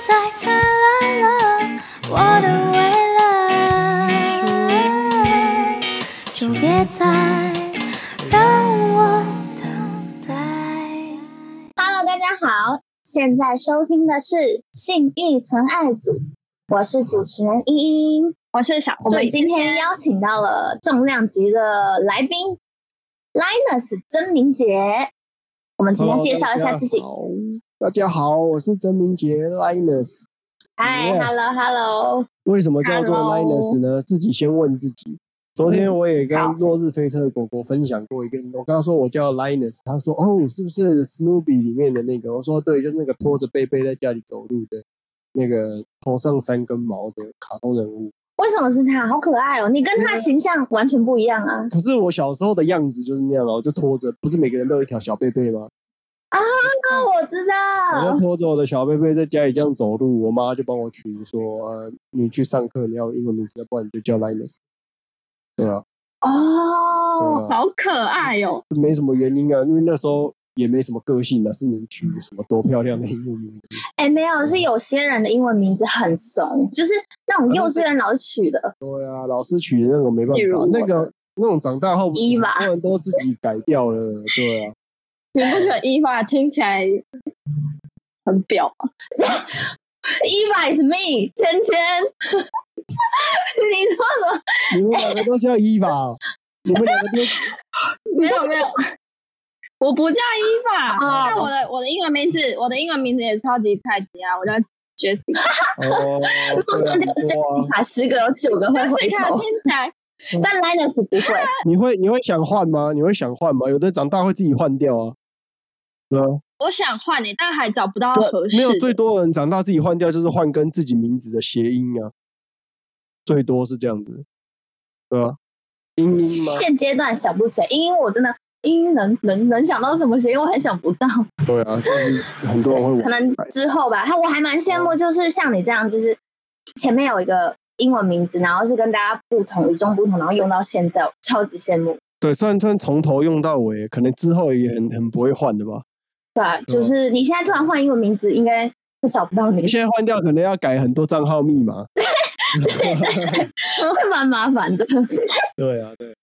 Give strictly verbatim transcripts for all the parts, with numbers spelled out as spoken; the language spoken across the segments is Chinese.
再灿烂了，我的未来，就别再让我等待。Hello， 大家好，现在收听的是《性欲存爱组》，我是主持人茵茵， 我是小我们今天邀请到了重量级的来宾 Linus 曾明杰，我们请他介绍一下自己。 Hello, 大家好，我是曾明杰 Linus。 嗨 ，Hello Hello。 为什么叫做 Linus 呢？ Hello. 自己先问自己。昨天我也跟落日飞车的果果分享过一个，我刚刚说我叫 Linus， 他说哦，是不是 Snoopy 里面的那个？我说对，就是那个拖着贝贝在家里走路的那个头上三根毛的卡通人物。 为什么是他？好可爱哦！你跟他形象完全不一样啊。 可是我小时候的样子就是那样哦，我就拖着，不是每个人都有一条小贝贝吗？ 啊，我知道。 我就拖着我的小贝贝在家里这样走路，我妈就帮我取说，呃，你去上课你要有英文名字，要不然你就叫 Linus。对啊。 哦， 啊、好可爱哦。 没什么原因啊，因为那时候也没什么个性啊，是你取什么多漂亮的英文名字？ 哎、欸，没有，是有些人的英文名字很怂，就是那种幼稚园老师取的。 啊对啊，老师取的那种没办法，那个那种长大后伊娃， 很多人都自己改掉了。对啊。 你不觉得伊娃听起来很婊吗？ 伊娃 is me， 芊芊。你说什么？ 你们两个都叫伊娃，你们两个都没有没有，我不叫伊娃。那、oh. 我的我的英文名字，我的英文名字也超级菜鸡啊，我叫 Jessica。 哦， 如果说叫 Jessica， 十个有九个会回头。 听起来。 但 Linus 不会。 你会你会想换吗？你会想换吗？有的长大会自己换掉啊。对啊。 我想换你，但还找不到合适。 没有，最多人长大自己换掉就是换跟自己名字的谐音啊，最多是这样子。对啊。茵茵吗？ 现阶段想不起来，茵茵我真的茵茵能能能想到什么谐音，我还想不到。 对啊，就是很多人会玩。 可能之后吧，我还蛮羡慕，就是像你这样，就是前面有一个英文名字，然后是跟大家不同、与众不同，然后用到现在，我超级羡慕。 对，虽然虽然从头用到尾，可能之后也很很不会换的吧。 对啊，就是你现在突然换英文名字，应该会找不到你。 现在换掉，可能要改很多账号密码。 对对对，会蛮麻烦的。 对啊，对。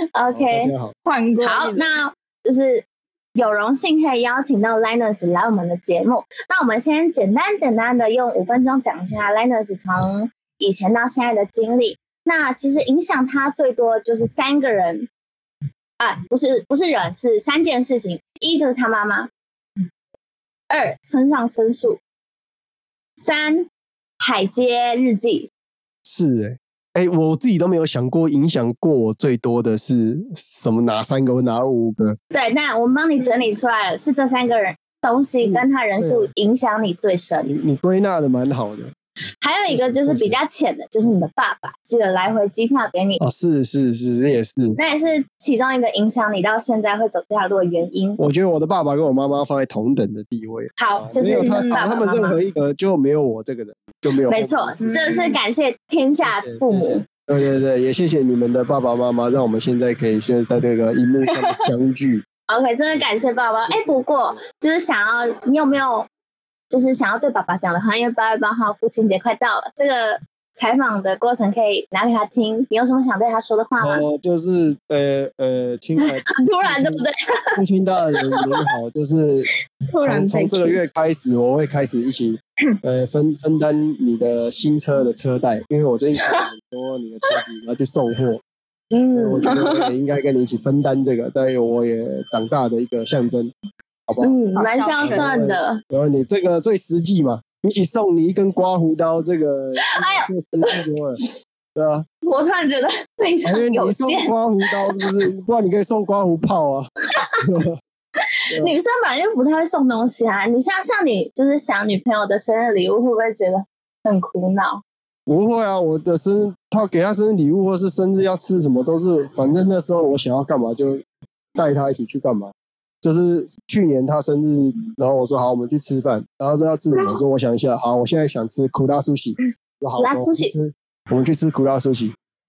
OK， 好， 换过。 好，那就是有荣幸可以邀请到 Linus 来我们的节目。那我们先简单简单的用五分钟讲一下 Linus 从以前到现在的经历。那其实影响他最多就是三个人，啊，不是不是人，是三件事情。一就是他妈妈，二村上春树，三海街日记。 是哎、欸，哎、欸，我自己都没有想过，影响过我最多的是什么？哪三个？哪五个？ 对，那我们帮你整理出来了，是这三个人东西跟他人数影响你最深。 你你归纳的蛮好的。 还有一个就是比较浅的，就是你的爸爸寄了来回机票给你。 哦，是是是，这也是。 那也是其中一个影响你到现在会走这条路的原因。 我觉得我的爸爸跟我妈妈放在同等的地位。 好，就是没有他少他们任何一个就没有我这个人就没有。 没错，这是感谢天下父母。 谢谢谢谢对对对，也谢谢你们的爸爸妈妈，让我们现在可以现在在这个荧幕上相聚。 OK， 真的感谢爸爸。哎，不过就是想要，你有没有就是想要对爸爸讲的话？因为八月八号父亲节快到了，这个采访的过程可以拿给他听。你有什么想对他说的话吗？ 哦，就是呃呃，亲爱的， 很突然，对不对？ 父亲大人您好，就是从从这个月开始，我会开始一起呃分分担你的新车的车贷，因为我最近看很多你的车子要去送货，嗯，我觉得我也应该跟你一起分担这个，对我也长大的一个象征，好不好？ 嗯，蛮孝顺的。 然后你这个最实际嘛，比起送你一根刮胡刀，这个哎呀，实际多了。对啊， 我突然觉得非常有限。 你送刮胡刀是不是？不然你可以送刮胡泡啊。 女生本来就不太会送东西啊，你像像你就是想女朋友的生日礼物，会不会觉得很苦恼？ 不会啊，我的生日，他给他生日礼物或是生日要吃什么，都是反正那时候我想要干嘛就带他一起去干嘛。就是去年他生日，然后我说好，我们去吃饭，然后说要吃什么，我说我想一下，好，我现在想吃苦辣苏喜，说好， 苦辣苏喜， 我们去吃苦辣苏喜。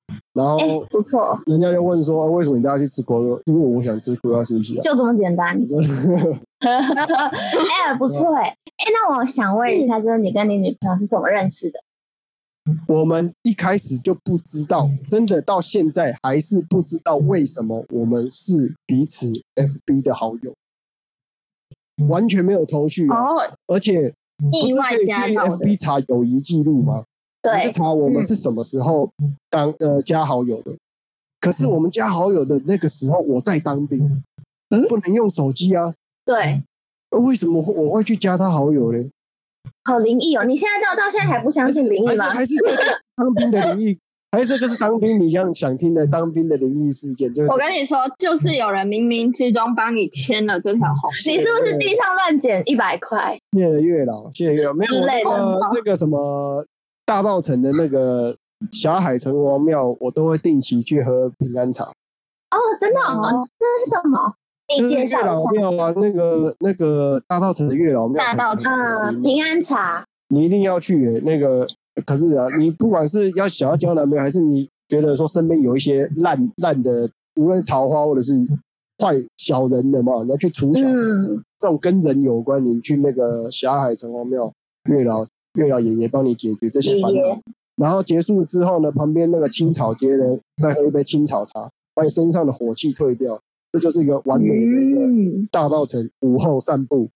然后、 欸、不错， 人家就问说、啊、为什么你带他去吃锅？因为我想吃锅要休息啊， 就这么简单。哎、欸，不错哎、欸，哎、欸，那我想问一下，就是你跟你女朋友是怎么认识的？ 我们一开始就不知道，真的到现在还是不知道为什么我们是彼此 F B 的好友，完全没有头绪、啊哦， 而且不是可以去 F B 查友谊记录吗？ 对， 就查我们是什么时候当、嗯、呃加好友的。可是我们加好友的那个时候，我在当兵，嗯、不能用手机啊。 对， 为什么我会去加他好友呢？ 好灵异哦！你现在到到现在还不相信灵异吗？ 还是还是当兵的灵异？还是这就是当兵你想想听的当兵的灵异事件？就是我跟你说，就是有人冥冥之中帮你牵了这条红线。 你是不是地上乱捡一百块？ 谢了月老，谢了月老，没有之类的、 呃、那个什么大稻埕的那个霞海城隍庙，我都会定期去喝平安茶。 哦，真的、哦？哦、那是什么？你介绍一下。 就是月老庙啊，那个那个大稻埕的月老庙， 大稻埕啊，平安茶， 你一定要去耶。那个可是啊，你不管是要想要交男朋友，还是你觉得说身边有一些烂烂的，无论桃花或者是坏小人的嘛，你要去除小人、嗯、这种跟人有关，你去那个霞海城隍庙，月老月老爷爷帮你解决这些烦恼。然后结束之后呢，旁边那个青草街呢，再喝一杯青草茶，把你身上的火气退掉。这就是一个完美的一个大稻埕午后散步。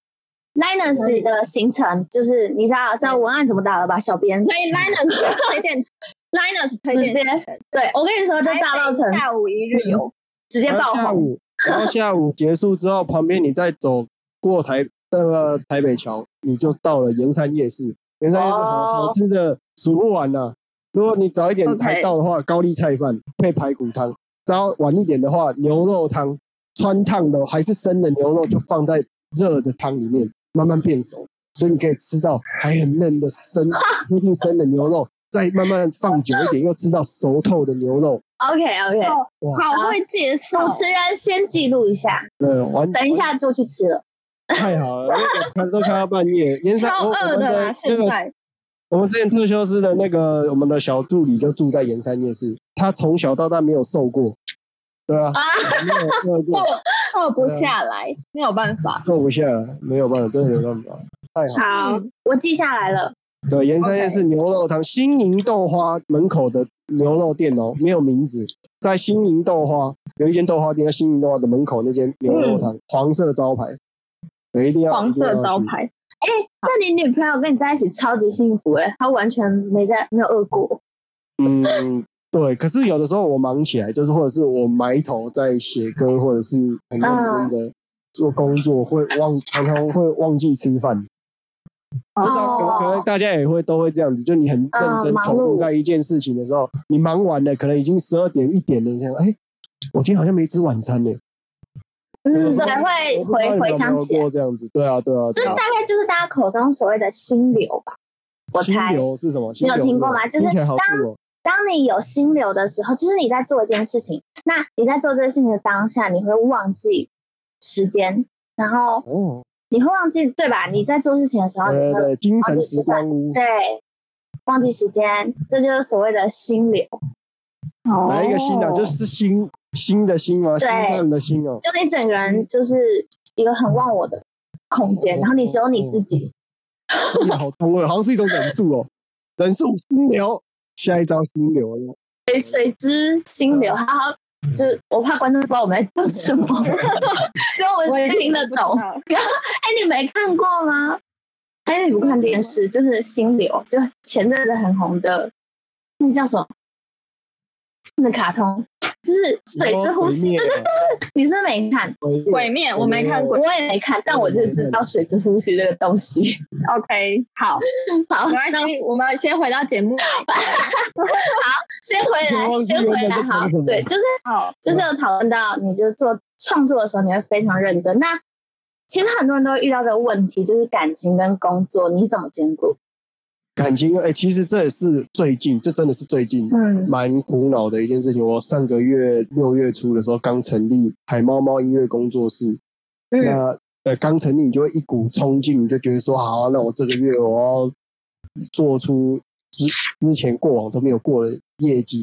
Linus 的行程就是你知道知道文案怎么打了吧？小编所以 Linus 推荐 Linus 推荐直接对我跟你说，这大稻埕下午一日游、嗯、 直接爆红。 然后下午结束之后，旁边你再走过台那个台北桥，你就到了盐山夜市。盐山夜市好好吃的数不完啊！如果你早一点才到的话， okay. 高丽菜饭配排骨汤。稍晚一点的话，牛肉汤穿烫的还是生的牛肉就放在热的汤里面慢慢变熟，所以你可以吃到还很嫩的生不一定生的牛肉，再慢慢放久一点又吃到熟透的牛肉。 OK OK， 好, 好会介绍。 主持人先记录一下， 对，完等一下就去吃了。 太好了，那个都开到半夜。盐山超饿的啦、啊、现在我们之前特休司的那个我们的小助理就住在盐山夜市，他从小到大没有瘦过，对啊，啊没有瘦瘦不下来、啊，没有办法， 瘦不下来，没有办法，真的没办法，太好。好，我记下来了。 对，盐山夜市牛肉汤，新宁豆花门口的牛肉店哦，没有名字，在新宁豆花有一间豆花店，在新宁豆花的门口那间牛肉汤、嗯，黄色招牌，对，一定要黄色招牌。 哎、欸，那你女朋友跟你在一起超级幸福哎、欸，她完全没在没有饿过。 嗯，对。可是有的时候我忙起来，就是或者是我埋头在写歌，或者是很认真的做工作，会忘常常会忘记吃饭。哦，可能可能大家也会都会这样子，就你很认真投入在一件事情的时候，呃、你忙完了，可能已经十二点一点了，你想，哎、欸，我今天好像没吃晚餐呢、欸。 嗯，所以会回回想起来这样子，对啊，对啊， 这大概就是大家口中所谓的心流吧。我猜心流是什么？ 你有听过吗？就是当、 哦、 当你有心流的时候，就是你在做一件事情，那你在做这件事情的当下，你会忘记时间，然后哦， 你会忘记对吧？你在做事情的时候， 对对对，精神时光屋， 对，忘记时间，这就是所谓的心流。 哦，哪一个心啊？就是心。心的心吗？心脏的心哦， 就你整个人就是一个很忘我的空间、哦，然后你只有你自己。 哦、好痛哦，好像是一种忍术哦，忍术心流，下一招心流了。 水水之心流，好好，就我怕观众不知道我们在讲什么，所以我们听得懂。哎、欸，你没看过吗？还是你不看电视？就是心流，就前阵子很红的，那叫什么？那卡通。就是水之呼吸，对对对，你是没看鬼灭，我没看过， 我也没看，但我就知道水之呼吸这个东西。 OK， 好，好，没关系，我们先回到节目。 好，先回来，先回来，好，对，就是好，就是有讨论到，你就做创作的时候，你会非常认真。那其实很多人都会遇到这个问题，就是感情跟工作，你怎么兼顾？ 感情，哎、欸，其实这也是最近，这真的是最近，嗯，蛮苦恼的一件事情。我上个月六月初的时候刚成立海猫猫音乐工作室，嗯、那呃刚成立，你就会一股冲劲，你就觉得说，好、啊，那我这个月我要做出之之前过往都没有过的业绩，自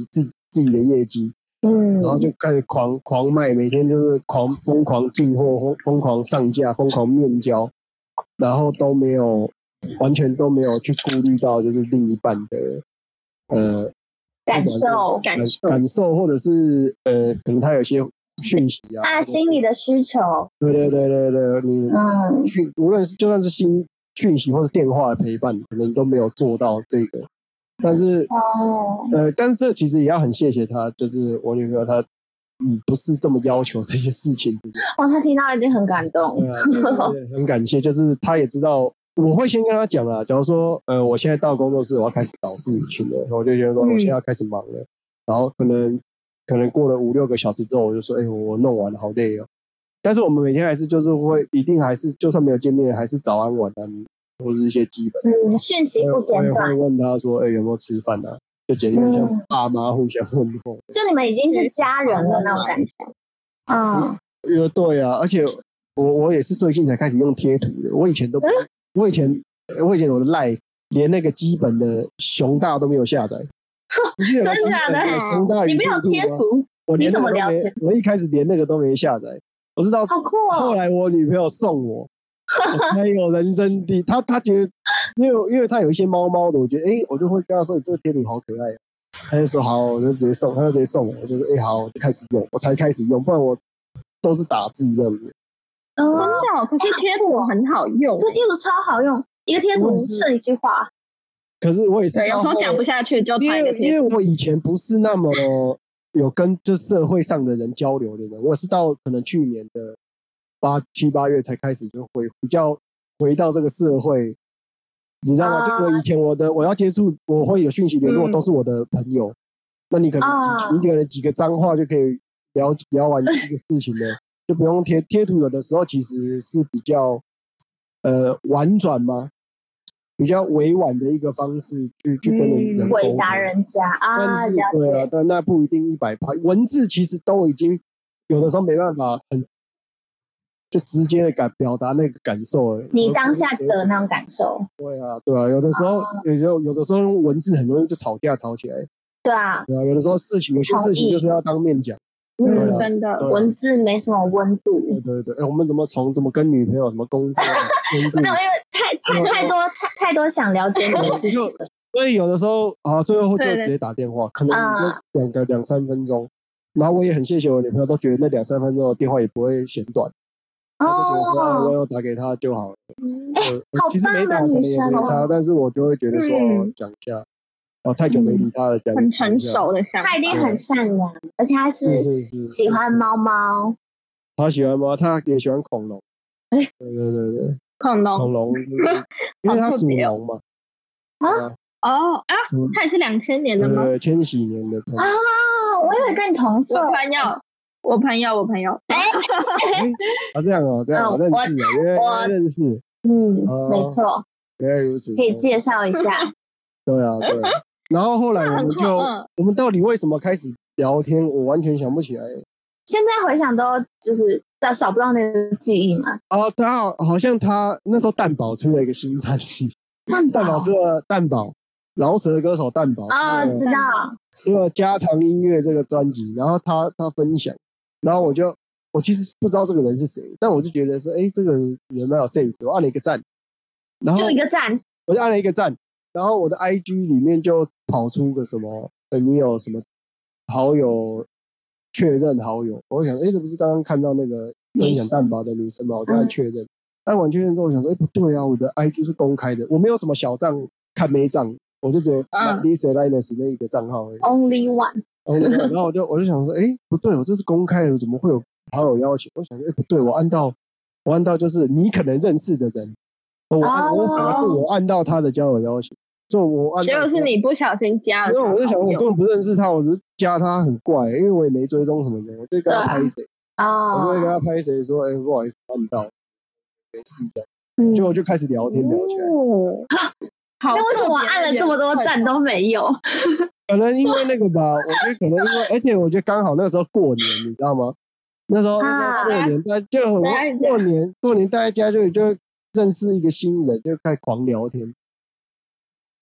自己的业绩， 嗯， 然后就开始狂狂卖，每天就是狂疯狂进货，疯疯狂上架，疯狂面交，然后都没有完全都没有去顾虑到就是另一半的呃感受感感受，或者是呃可能他有些讯息啊， 啊，心理的需求， 对对对对对，你嗯， 讯无论是就算是新讯息或是电话的陪伴，可能都没有做到这个。但是， 哦， 呃，但是这其实也要很谢谢他，就是我女朋友她，嗯，不是这么要求这些事情的。 哇，他听到一定很感动。 对啊，对对很感谢，就是他也知道，我会先跟他讲啦。假如说，呃，我现在到工作室，我要开始搞事情了，我就觉得说，我现在要开始忙了，然后可能可能过了五六个小时之后，我就说，哎，我弄完了，好累哦。但是我们每天还是就是会，一定还是就算没有见面，还是早安晚安。或是一些基本， 嗯，讯息不间断。 我也会问他说：“哎、欸，有没有吃饭啊？”就简单像爸妈互相问候。 就你们已经是家人的那种感觉。嗯， 呃，对啊，而且我我也是最近才开始用贴图的，我以前都，我以前我以前我的赖连那个基本的熊大都没有下载。 真假的？ 熊大你没有贴图？ 我你怎么聊天？ 我一开始连那个都没下载，我是到好酷哦。 后来我女朋友送我。还有人生地，他他觉得，因为因为他有一些猫猫的，我觉得哎、欸，我就会跟他说：“你这个贴图好可爱、啊。”他就说：“好，我就直接送。”他就直接送我，我就说：“哎、欸，好，我就开始用，我才开始用，不然我都是打字这样子。” 真的，可是贴图很好用， 这贴图超好用，一个贴图剩一句话。 可是我也是， 对，有时候讲不下去就传一个贴图。 因为因为我以前不是那么有跟就社会上的人交流的人，我是到可能去年的。八七八月才开始就回比较回到这个社会，你知道吗？就我以前我的我要接触，我会有讯息联络，都是我的朋友。那你可能几你可能几个脏话就可以聊聊完这个事情了，就不用贴贴图。有的时候其实是比较呃婉转嘛，比较委婉的一个方式去去跟人回答人家啊。 但是对啊，但那不一定一百趴。文字其实都已经有的时候没办法很。就直接的感表达那个感受了， 你当下的那种感受。 对啊，对啊，有的时候，有时候有的时候用文字很容易就吵架吵起来。 对啊， 对啊，有的时候事情有些事情就是要当面讲。 嗯， 啊、真的， 文字没什么温度。 对对对，哎、欸，我们怎么从怎么跟女朋友什么工作？ 没有，因为太太太多太太多想了解你的事情了。 所以有的时候啊，最后就直接打电话，可能就两个两三分钟。然后我也很谢谢我女朋友，都觉得那两三分钟的电话也不会嫌短。他就觉得说，啊，我有打给他就好了。 哎、欸，好其实没打可能也没差，但是我就会觉得说，讲、嗯、一下。哦，太久没理他了，讲、 嗯、很成熟的想法。 他一定很善良，而且他是喜欢猫猫。 他喜欢猫，他也喜欢恐龙。 哎、欸， 对对对对， 恐龙， 恐龙，因为他属龙嘛。 啊哦啊，他也是两千年的吗？ 对，千禧年的。 啊，我以为跟你同岁。 我朋友。我朋友，我朋友，哎、 欸，啊，这样哦，这样、哦、认识啊，原来认识， 嗯，哦、没错， 原来如此， 可以介绍一下。 对啊，对啊。然后后来我们就，我们到底为什么开始聊天？我完全想不起来。 现在回想都就是找找不到那个记忆嘛。 哦，他好，好像他那时候蛋堡出了一个新专辑，蛋堡出了蛋堡。饶舌歌手蛋堡啊、哦，知道， 出了家常音乐这个专辑，然后他他分享，然后我就我其实不知道这个人是谁，但我就觉得说，哎，这个人蛮有 sense， 我按了一个赞，然后就一个赞， 我就按了一个赞，然后我的 I G 里面就跑出个什么，呃，你有什么好友确认好友，我想，哎，这不是刚刚看到那个分享蛋堡的女生吗？我就按确认，按完确认之后，我想说，哎，不对啊，我的 I G 是公开的，我没有什么小账看妹账。我就只有 Lisa Linus 那一个账號而已 ，Only one。 然後我就我就想說，哎、欸，不對，我這是公開的，怎麼會有好友邀請？我想說，哎、欸，不對，我按到我按到就是你可能認識的人，我按、oh. 我反而是我按到他的交友邀請，所以我按到結果是你不小心加了， 因為我就想，我根本不認識他，我只是加他很怪，因為我也沒追蹤什麼的，我就跟他拍誰啊，oh. 我就會跟他拍誰說，哎、欸，不好意思，按到，沒事這樣，結果就開始聊天聊起來。 Oh. 那為什麼我按了這麼多讚都沒有？ 可能因為那個吧，我覺得可能因為，而且我覺得剛好那個時候過年，你知道嗎？那時候那時候過年，大家就很過年過年，大家就就認識一個新人，就開始狂聊天。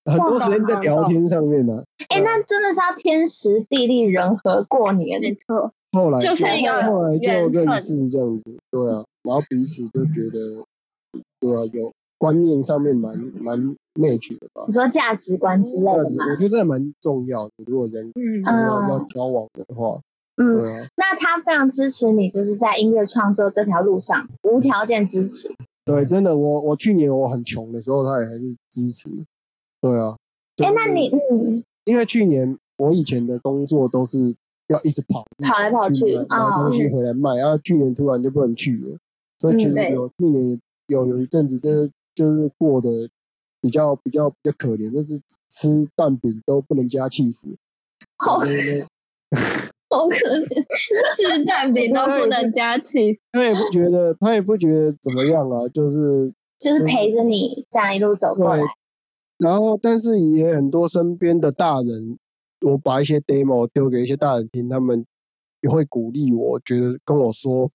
很多时间在聊天上面呢、啊。 哎、欸，那真的是要天时地利人和过年， 没错。 后来就就是一个后来就认识这样子，对啊，然后彼此就觉得，对啊，有观念上面蛮蛮 match 的吧。 你说价值观之类的吗？ 我觉得这蛮重要的。如果人嗯要要交往的话， 嗯， 对啊。 那他非常支持你，就是在音乐创作这条路上无条件支持。 对，真的，我我去年我很穷的时候，他也还是支持。对啊。哎、 就是欸，那你嗯， 因为去年我以前的工作都是要一直跑， 跑来跑去， 买东西回来卖，然后、哦啊、去年突然就不能去了，所以其实有、嗯、去年有有一阵子就是就是过得比较比较比较可怜，就是吃蛋饼都不能加起司， 好，好可怜， 吃蛋饼都不能加起司， 他也不觉得他也不觉得怎么样啊，就是就是陪着你这样一路走过来。 然后，但是也很多身边的大人，我把一些 demo 丢给一些大人听，他们也会鼓励我，觉得跟我说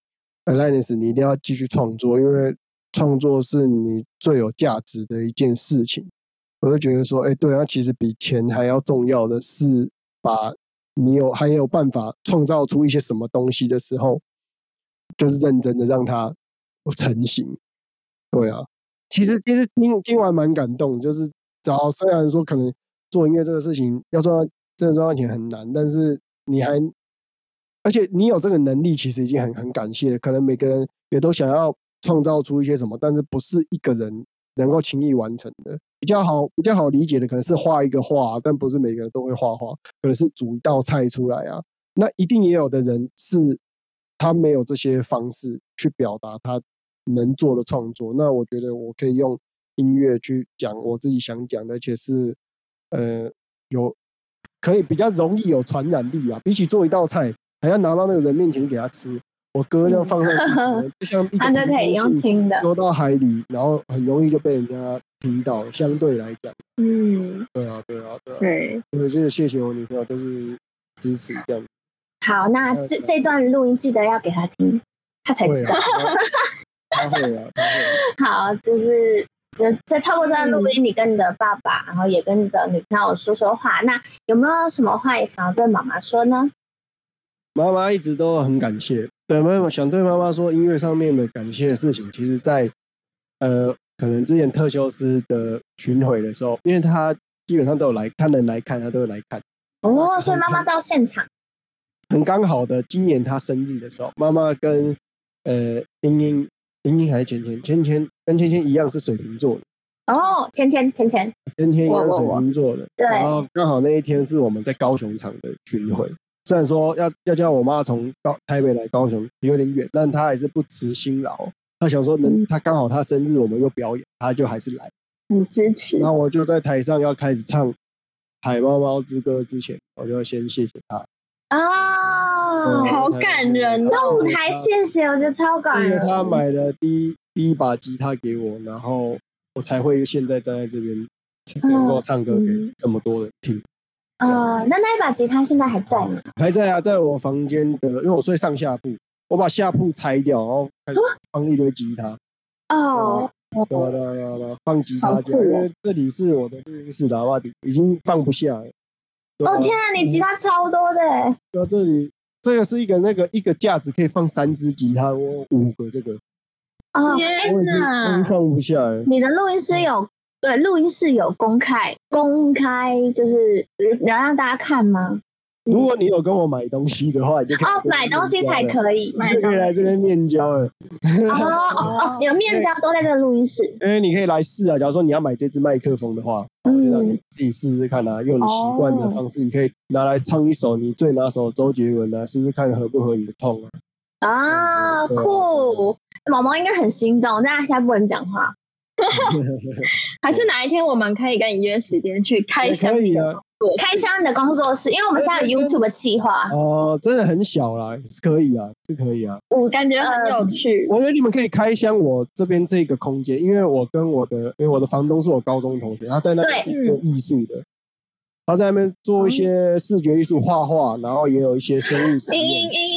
，Linus 你一定要继续创作，因为创作是你最有价值的一件事情。我就觉得说，哎，对啊，其实比钱还要重要的是，把你有还有办法创造出一些什么东西的时候，就是认真的让它成型。对啊。其实其实听听完蛮感动，就是只要虽然说可能做音乐这个事情要赚真的赚到钱很难，但是你还而且你有这个能力，其实已经很很感谢。可能每个人也都想要创造出一些什么，但是不是一个人能够轻易完成的。比较好比较好理解的可能是画一个画，但不是每个人都会画画，可能是煮一道菜出来啊。那一定也有的人是他没有这些方式去表达他能做的创作，那我觉得我可以用音乐去讲我自己想讲的，而且是呃有可以比较容易有传染力啊。比起做一道菜，还要拿到那个人面前给他吃，我歌这样放上去，嗯、就像一个他就可以用听的， 丢到海里，然后很容易就被人家听到。相对来讲， 嗯， 对啊，对啊，对啊， 对， 所以这个谢谢我女朋友，都是支持这样。 好，那这这段录音记得要给他听，他才知道。 他会啊，他会。 好，就是就再透过这段录音，你跟你的爸爸，然后也跟你的女朋友说说话。那有没有什么话也想要对妈妈说呢？ 妈妈一直都很感谢，对，妈妈想对妈妈说音乐上面的感谢的事情，其实在呃，可能之前特修斯的巡回的时候，因为他基本上都有来，他能来看，他都有来看。 哦，所以妈妈到现场。 很刚好的，今年他生日的时候，妈妈跟呃英英。英英还是芊芊，芊芊跟芊芊一样是水瓶座的哦，芊芊芊芊， 芊芊一样是水瓶座的， 对。 然后刚好那一天是我们在高雄场的巡回，虽然说要要叫我妈从高台北来高雄有点远，但她还是不辞辛劳，她想说能，她刚好她生日我们又表演，她就还是来， 很支持。 然后我就在台上要开始唱《海猫猫之歌》之前，我就先谢谢她。 哦， 好感人！ 那舞台谢谢，我觉得超感人。 他买了第一第一把吉他给我，然后我才会现在站在这边，能够唱歌给这么多人听。 哦、嗯，那那一把吉他现在还在吗？ 还在啊，在我房间的，因为我睡上下铺，我把下铺拆掉，然后开始放一堆吉他。 哦， 对啊对啊对啊对啊，放吉他架，因为这里是我的录音室的阿瓦迪，已经放不下了。 哦天啊，你吉他超多的哎！ 对啊，这里这个是一个那个一个架子可以放三支吉他，我五个这个。 哦， 天哪，我已经放不下了。 你的录音室有对录音室有公开公开，就是让让大家看吗？ 如果你有跟我买东西的话，你就可以哦，买东西才可以， 你就可以来这边面交了。 哦哦，有面交都在这个录音室。 因为你可以来试啊，假如说你要买这支麦克风的话，嗯，就让你自己试试看啊，用你习惯的方式，你可以拿来唱一首你最拿手周杰伦啊，试试看合不合你的痛啊。啊，酷！毛毛应该很心动，但他现在不能讲话。 还是哪一天我们可以跟你约时间去开箱你的工作室？ 开箱你的工作室，因为我们现在有 YouTube 的企划。 哦，真的很小啦，是可以啊，是可以啊。 我感觉很有趣。 我觉得你们可以开箱我这边这个空间，因为我跟我的，因为我的房东是我高中同学，他在那边是做艺术的，他在那边做一些视觉艺术，画画，然后也有一些生物实验。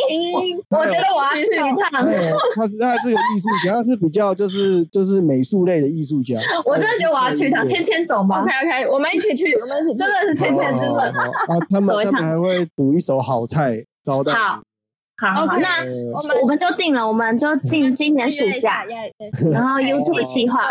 我觉得我要去一趟。 他是他是个艺术家，他是比较就是就是美术类的艺术家。 我真的觉得我要去一趟，芊芊走吗 ？OK OK， 我们一起去，我们一起去， 真的是芊芊真的。 啊，他们他们还会煮一手好菜招待。 好，好，好，那我们我们就定了，我们就定今年暑假，然后 YouTube 企划。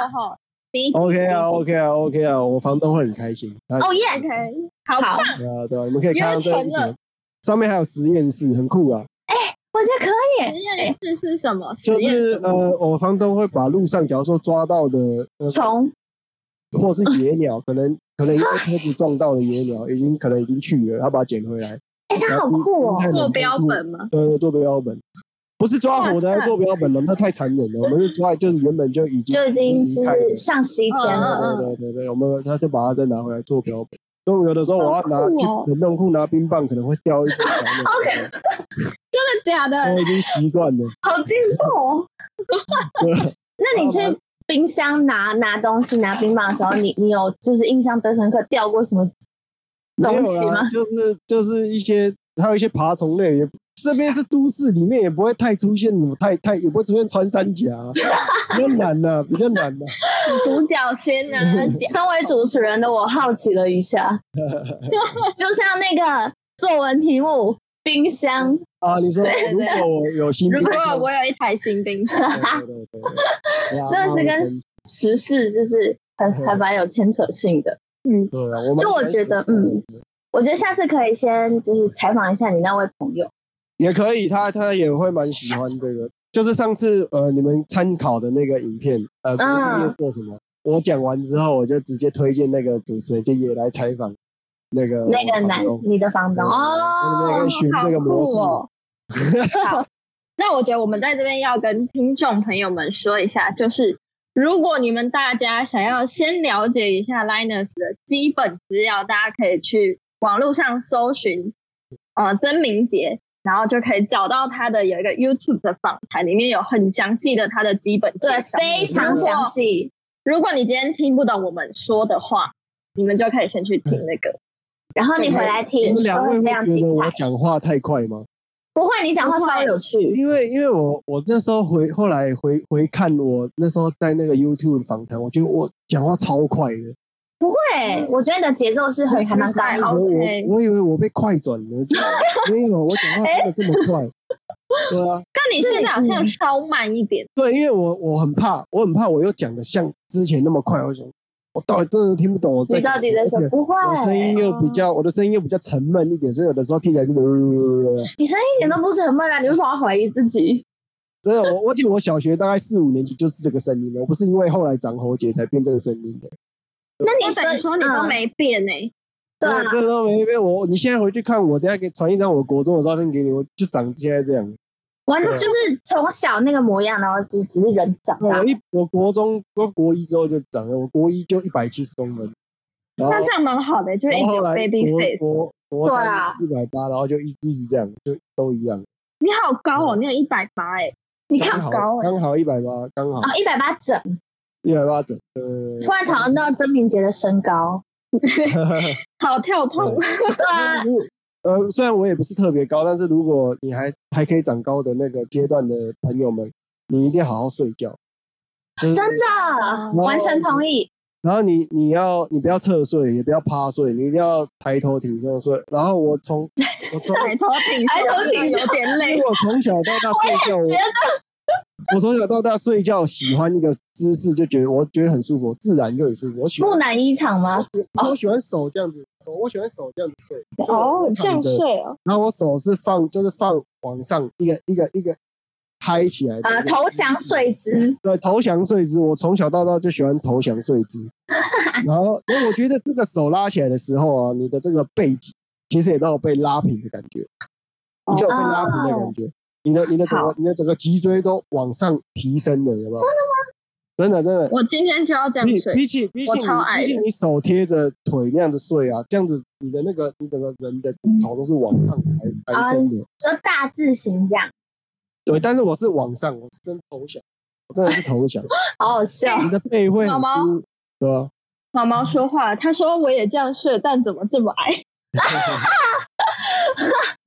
OK 啊 OK 啊 OK 啊，我房东会很开心。 哦耶 ，OK， 好棒。 对啊对啊，你们可以看到这个上面还有实验室，很酷啊。 哎，我觉得可以。 实验室是什么？ 就是呃，我房东会把路上假如说抓到的虫， 或是野鸟，可能可能因为车子撞到的野鸟，已经可能已经去了，他把它捡回来。 哎，它好酷哦！ 做标本吗？ 对，做标本。不是抓活的来做标本了，那太残忍了。我们是抓，就是原本就已经就已经就是上西天了。 对对对对，我们他就把它再拿回来做标本。所以有的时候我要拿去冷冻库拿冰棒，可能会掉一只小鸟。 OK， 真的假的？ 我已经习惯了。 好进步哦！那你去冰箱拿拿东西、拿冰棒的时候，你你有就是印象最深刻掉过什么东西吗？ 就是就是一些还有一些爬虫类也。这边是都市，里面也不会太出现什么太太，也不会出现穿山甲、啊，比较难呐、啊，比较难呐、 啊。独角仙啊！ 身为主持人的我好奇了一下，就像那个作文题目冰箱啊，你说如果我有新冰箱， 如果我有一台新冰箱， 对对对对， 真的是跟时事就是很还蛮有牵扯性的。嗯， 对啊，我就我觉得，嗯，我觉得下次可以先就是采访一下你那位朋友。 也可以，他他也会蛮喜欢这个。就是上次呃你们参考的那个影片，呃，毕业做什么？嗯、我讲完之后，我就直接推荐那个主持人，就也来采访那个那个男你的房东哦， 你们可以选这个模式。 哦、好，那我觉得我们在这边要跟听众朋友们说一下，就是如果你们大家想要先了解一下 Linus 的基本资料，大家可以去网络上搜寻呃曾明杰。然后就可以找到他的有一个 YouTube 的访谈，里面有很详细的他的基本介绍， 对，非常详细。 如果你今天听不懂我们说的话，你们就可以先去听那个， 然后你回来听， 你们两位会觉得我彩。 讲话太快吗？ 不会，你讲话超有趣。 因为因为我我那时候回后来回回看我那时候在那个 YouTube 的访谈，我觉得我讲话超快的。 不会，我觉得你的节奏是很还蛮高的。 我我以为我被快转了，没有，我讲话真的这么快。对啊， 但你现在好像稍慢一点。 对，因为我我很怕，我很怕我又讲的像之前那么快，我想我到底真的听不懂我在讲。你到底在说？不会， 我声音又比较，我的声音又比较沉闷一点，所以有的时候听起来就…… 你声音一点都不沉闷啊！你为什么要怀疑自己？ 真的，我我记得我小学大概四五年级就是这个声音了，我不是因为后来长喉结才变这个声音的。 那你等于说你都没变呢、欸？ 对啊， 这都没变。我你现在回去看我，等一下给传一张我国中的照片给你，我就长现在这样。 完了就是从小那个模样，然后只只是人长大。 我一我国中我国一之后就长了，我国一就一百七十公分。 那这样蛮好的，就一直有 baby face。 国国三一百八，然后就一一直这样，就都一样。 你好高哦，你有一百八哎，你看高哎，刚好一百八，刚好。 哦，一百八整。 一百八整， 呃，突然讨论到曾明杰的身高， 好跳痛。 对啊， 呃，虽然我也不是特别高，但是如果你还还可以长高的那个阶段的朋友们，你一定要好好睡觉。 就是、真的，完全同意。 然后你你要你不要侧睡，也不要趴睡，你一定要抬头挺胸睡。然后我从我从抬头挺胸， 抬头挺有点累。 我从小到大睡觉，我我从小到大睡觉喜欢一个姿势，就觉得我觉得很舒服，自然就很舒服。我喜欢木乃伊躺吗？ 我, 我喜欢手这样子，手我喜欢手这样子睡。 哦，这样睡哦。 然后我手是放，就是放往上，一个一个一个嗨起来的啊，投降睡姿。 对，投降睡姿，我从小到大就喜欢投降睡姿。然后，因为我觉得这个手拉起来的时候啊，你的这个背脊其实也都有被拉平的感觉，你就有被拉平的感觉。哦你的你的整个你的整个脊椎都往上提升了，有没有？ 真的吗？ 真的真的。 我今天就要这样睡。 比起比起你比起你手贴着腿那样子睡啊，这样子你的那个你整个人的骨头都是往上抬抬升的， 就大字形这样。 对，但是我是往上，我是真投降，我真的是投降。 好好笑。 你的背会很舒服，对吧？ 毛毛说话，他说我也这样睡，但怎么这么矮？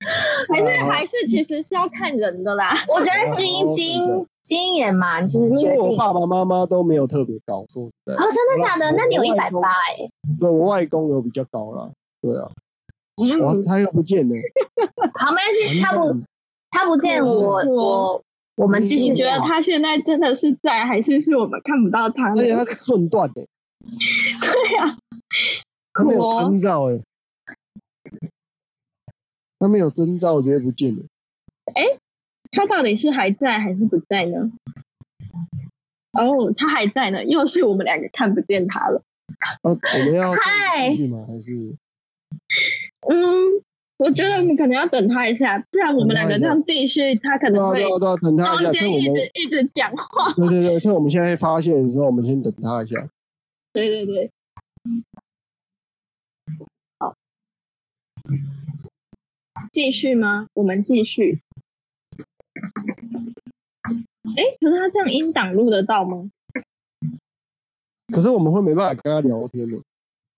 还是还是其实是要看人的啦。 我觉得基因基因基因也蛮就是决定。 因为我爸爸妈妈都没有特别高，说实在。 哦，真的假的？那你有一百八哎？ 对，我外公有比较高啦。对啊。哇，他又不见了。 好，没关系，他不他不见我我我们继续。 你觉得他现在真的是在，还是是我们看不到他？ 而且他是顺断的。 对啊， 他没有征兆哎。他没有征兆，直接不见了。 哎，他到底是还在还是不在呢？哦，他还在呢，又是我们两个看不见他了。 啊，我们要继续吗？还是？ 嗯，我觉得我们可能要等他一下，不然我们两个这样继续，他可能会对啊，等他一下，趁我们一直讲话。 对对对，趁我们现在发现的时候，我们先等他一下。 对对对，好。继续吗？我们继续。哎，可是他这样音档录得到吗？ 可是我们会没办法跟他聊天的。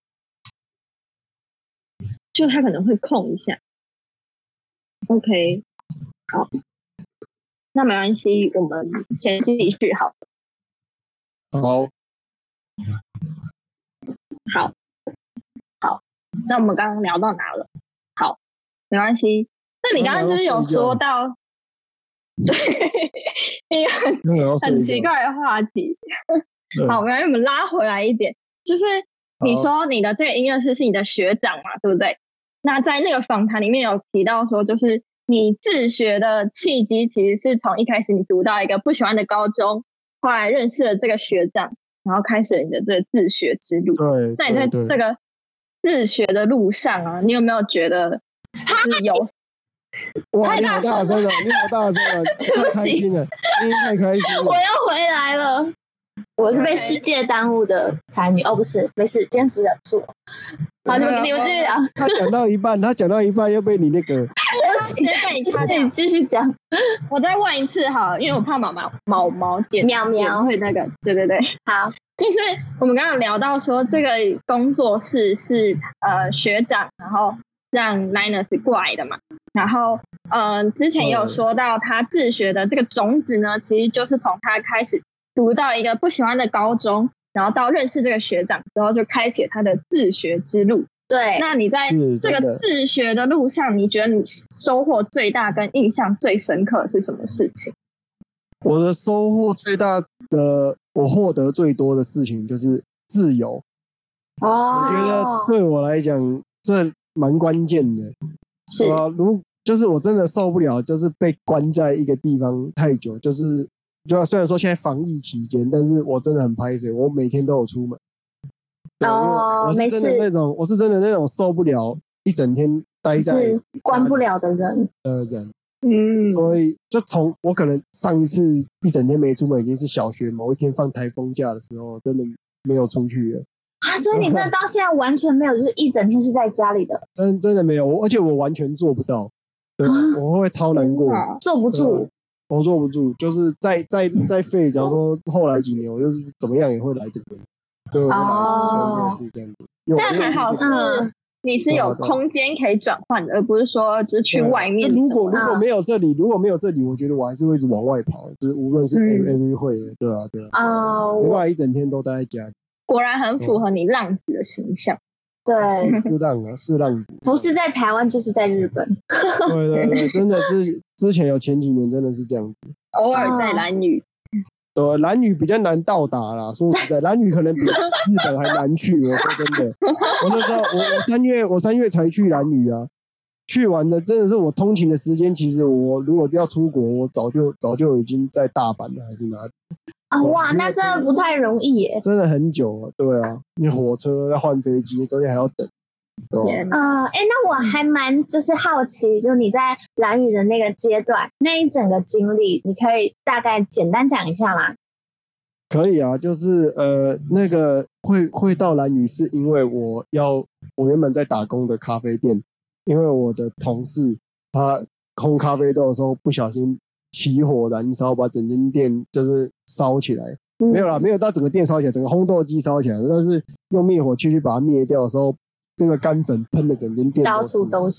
就他可能会空一下。OK， 好，那没关系，我们先继续好了。 好。 好。好，那我们刚刚聊到哪了？好。没关系，那你刚刚就是有说到，对，一个很很奇怪的话题。好，我们我们拉回来一点，就是你说你的这个音乐师是你的学长嘛，对不对？那在那个访谈里面有提到说，就是你自学的契机其实是从一开始你读到一个不喜欢的高中，后来认识了这个学长，然后开始了你的这个自学之路。 对， 那你在这个自学的路上啊，你有没有觉得？是有哇！你好大声了，你好大声了，太开心了，你太开心了！ 我又回来了，我是被世界耽误的才女哦，不是，没事，今天主角是我。好，你们你们继续讲。 他讲到一半，他讲到一半又被你那个， 你继续讲。 我再问一次好，因为我怕毛毛毛毛剪喵喵会那个，对对对， 好， 就是我们刚刚聊到说这个工作室是呃学长，然后。让 Linus 过来的嘛，然后呃，之前也有说到他自学的这个种子呢，其实就是从他开始读到一个不喜欢的高中，然后到认识这个学长之后，就开启了他的自学之路。 对， 那你在这个自学的路上，你觉得你收获最大跟印象最深刻是什么事情？ 我的收获最大的，我获得最多的事情就是自由。 哦， 我觉得对我来讲，这蛮关键的， 是啊，如就是我真的受不了，就是被关在一个地方太久，就是就虽然说现在防疫期间，但是我真的很拍摄，我每天都有出门。 哦， 没事，那种我是真的那种受不了一整天待在关不了的人的人， 嗯， 所以就从我可能上一次一整天没出门，已经是小学某一天放台风假的时候，真的没有出去了。 啊，所以你真的到现在完全没有，就是一整天是在家里的， 真真的没有，我而且我完全做不到，对，啊、我会超难过， 坐不住， 我坐不住，就是再再再废，假如说后来几年，我就是怎么样也会来这边，对，我会来做事这样子。 但还好是你是有空间可以转换的，而不是说就是去外面。 如果如果没有这里，如果没有这里，我觉得我还是会一直往外跑，就是无论是 M V 会，对啊对啊，啊，没办法一整天都待在家里。 果然很符合你浪子的形象。 对， 是浪啊，是浪子， 不是在台湾就是在日本。 对对对，真的之之前有前几年真的是这样子， 偶尔在兰屿。 对，兰屿比较难到达啦。说实在，兰屿可能比日本还难去。我说真的，我那时候我我三月我三月才去兰屿啊，去完的真的是我通勤的时间。其实我如果要出国，我早就早就已经在大阪了，还是哪里？ 啊哇，那真的不太容易耶， 真的很久啊。对啊，你火车要换飞机，中间还要等。 啊，哎、呃，那我还蛮就是好奇，就你在兰屿的那个阶段，那一整个经历，你可以大概简单讲一下吗？ 可以啊，就是呃，那个会会到兰屿，是因为我要我原本在打工的咖啡店，因为我的同事他烘咖啡豆的时候不小心起火燃烧，把整间店就是烧起来。嗯、没有啦，没有到整个店烧起来，整个烘豆机烧起来，但是用灭火器去把它灭掉的时候，这个干粉喷的整间店到处都是。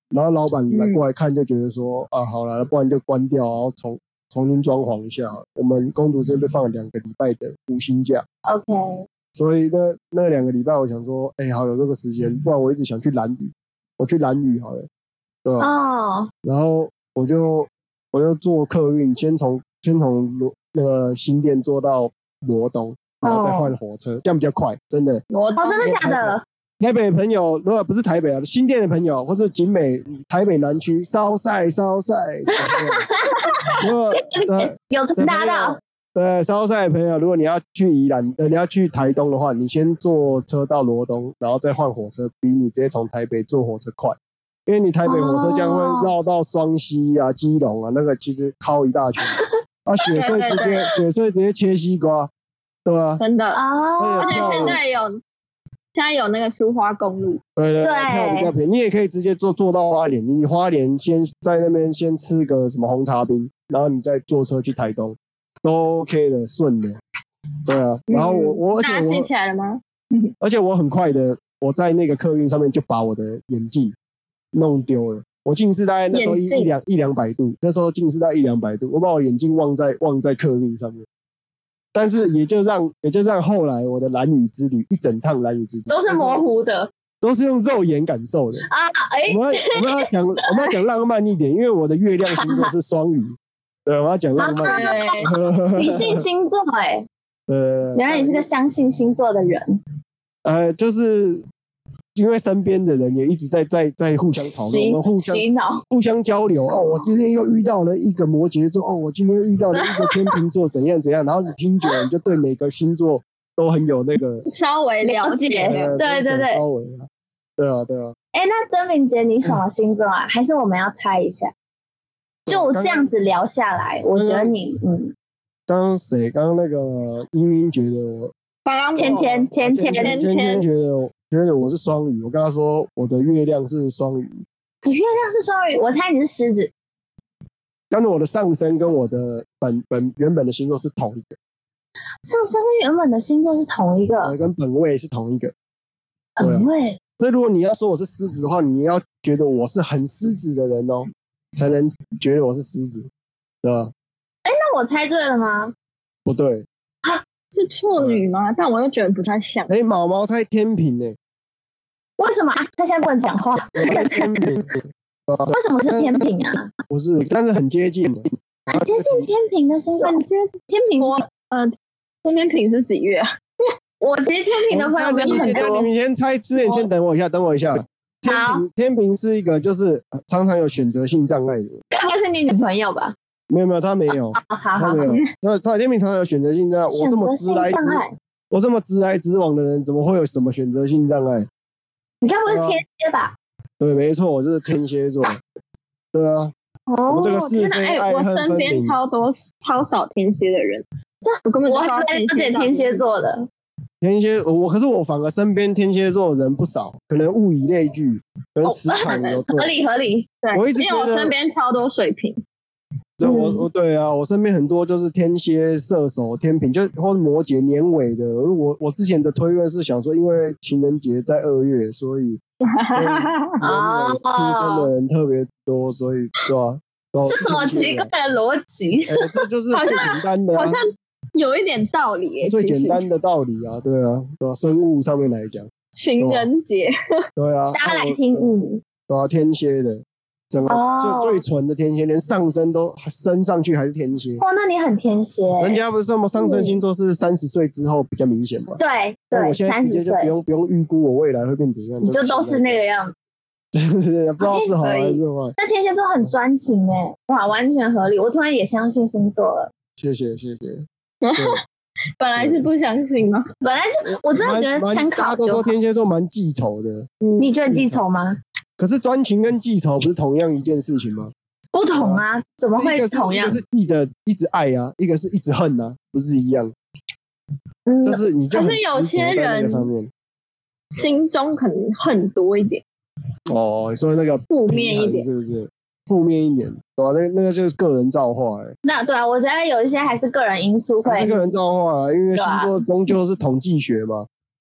然后老板来过来看就觉得说、嗯、啊好了，不然就关掉，然后重重新装潢一下。我们工读生被放了两个礼拜的无薪假 ，OK， 所以那那两个礼拜我想说，哎、欸，好有这个时间，不然我一直想去兰屿，我去兰屿好了，对吧？ 哦， 然后我就我就坐客运，先从先从罗那个新店坐到罗东，然后再换火车，哦、这样比较快，真的。 罗东、哦、真的假的？ 台北的朋友，如果不是台北啊，新店的朋友，或是景美、台北南区，烧晒烧晒，如果有传达到。 对，烧晒的朋友，如果你要去宜兰，呃，你要去台东的话，你先坐车到罗东，然后再换火车，比你直接从台北坐火车快。因为你台北火车这样会绕到双溪啊、基隆啊，那个其实靠一大圈。啊，雪隧直接雪隧直接切西瓜，对啊， 真的哦。 而且现在有现在有那个苏花公路， 对对对，票比较便宜。你也可以直接坐坐到花莲，你花莲先在那边先吃个什么红茶冰，然后你再坐车去台东，都 OK 的，顺的。对啊，然后我我而且我记起来了吗？ 而且我很快的，我在那个客运上面就把我的眼镜弄丢了。我近视大概那时候一一两一两百度，那时候近视大概一两百度，我把我眼镜忘在忘在客运上面。但是也就让也就让后来我的兰屿之旅一整趟兰屿之旅都是模糊的， 都是用肉眼感受的啊！哎、欸， 我们要我们要讲我们要讲浪漫一点，因为我的月亮星座是双鱼，对，我要讲浪漫一点。理性星座哎、欸， 呃， 原来你是个相信星座的人。 呃，就是因为身边的人也一直在在在互相讨论，我们互相互相交流。哦，我今天又遇到了一个摩羯座，哦，我今天又遇到了一个天秤座，怎样怎样。然后你听久了，你就对每个星座都很有那个稍微了解。 呃、对对对， 稍微啊，对啊对啊。 哎，那曾明杰你什么星座啊？还是我们要猜一下？就这样子聊下来，我觉得你嗯。 刚刚谁？刚刚那个英英觉得我， 刚刚芊芊芊芊芊芊觉得我觉得我是双鱼，我跟他说我的月亮是双鱼， 你月亮是双鱼，我猜你是狮子。 但是我的上升跟我的本本原本的星座是同一个， 上升跟原本的星座是同一个， 呃，跟本位是同一个， 本位。 所以如果你要说我是狮子的话，你要觉得我是很狮子的人哦，才能觉得我是狮子，对吧？ 哎，那我猜对了吗？ 不对。 是处女吗？但我又觉得不太像。 哎，毛毛猜天秤呢、欸？ 为什么啊？他现在不能讲话。 天秤， 为什么是天秤啊？ 不是，但是很接近的， 很接近天秤的星座。很接天秤， 我呃，天天秤是几月啊？ 我其实天秤的朋友没有很多。 你们先猜之前，先等我一下，等我一下。天秤，天秤是一个就是常常有选择性障碍的。 该不会是你女朋友吧？ 没有没有，他没有， 好好好， 他没有。那天秤常常有选择性障碍，我这么直来直，我这么直来直往的人，怎么会有什么选择性障碍？ 你该不会是天蝎吧？ 对，没错，我就是天蝎座。对啊， 哦， 我们这个是非爱恨分明。 我身边超多超少天蝎的人，这我根本我还了解天蝎座的。 天蝎，我可是我反而身边天蝎座的人不少，可能物以类聚，可能磁场有合理合理。 对， 我一直因为我身边超多水瓶。 对，我我对啊，我身边很多就是天蝎、射手、天秤，就或者摩羯年尾的。我我之前的推论是想说，因为情人节在二月，所以所以年尾出生的人特别多，所以对吧？ 这什么奇怪的逻辑？ 哎，这就是最简单的， 好像有一点道理耶。 最简单的道理啊，对啊，对吧？生物上面来讲， 情人节， 对啊， 大家来听，嗯， 对啊，天蝎的。整个最最纯的天蝎，连上升都升上去还是天蝎。 哇，那你很天蝎。 人家不是什么上升星座是三十岁之后比较明显吗？ 对对， 我现在直接就不用不用预估我未来会变怎样， 你就都是那个样子。 不知道是好还是坏。 那天蝎座很专情哎，哇，完全合理。我突然也相信星座了。 谢谢谢谢。 本来是不相信吗？ 本来是我真的觉得参考。 大家都说天蝎座蛮记仇的， 你觉得记仇吗？ 可是专情跟记仇不是同样一件事情吗？ 不同啊，怎么会同样？ 一个是记得一直爱啊，一个是一直恨啊，不是一样？嗯，就是你就可是有些人上面心中可能恨多一点。 哦，你说那个负面一点是不是？负面一点，对吧？那那个就是个人造化哎。 那对啊，我觉得有一些还是个人因素会。 是个人造化啊，因为星座终究是统计学嘛。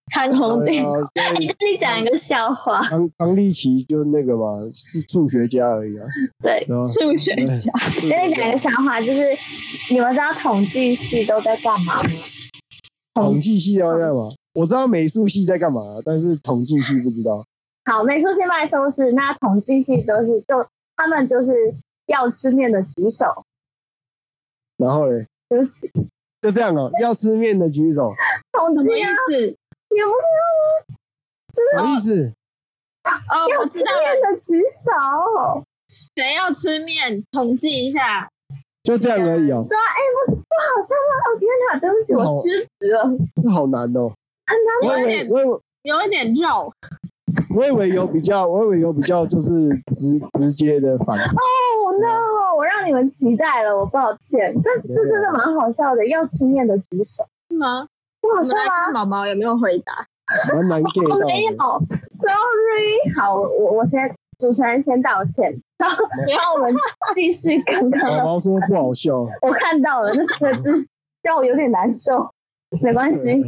参同电啊， 跟你讲一个笑话， 唐唐立奇就那个嘛，是数学家而已啊。 对， 数学家。 跟你讲一个笑话，就是你们知道统计系都在干嘛吗？ 统计系要干嘛？我知道美术系在干嘛，但是统计系不知道。 好，美术系卖收视，那统计系都是就他们就是要吃面的举手。 然后嘞， 对不起， 就这样哦，要吃面的举手。 统什么意计啊， 思？ 你不知道吗？就是什么意思？ 哦， 要吃我知道了， 面的举手。 谁要吃面？统计一下。 就这样而已哦。 对啊，哎、不不好笑吗？哦天哪，对不起，我失职了， 这好难哦。 很难我以为我以为有一点肉。 我以为有比较，我以为有比较就是直直接的反。 哦、no， 我让你们期待了，我抱歉，但是真的蛮好笑的，要吃面的举手， 是吗？ 不好笑吗？ 毛毛有没有回答？ 蛮难 get 到的。 没有 ，sorry。好，我我先主持人先道歉，然后然后我们继续刚刚的。 宝宝说不好笑， 我看到了那三个字，让我有点难受，没关系。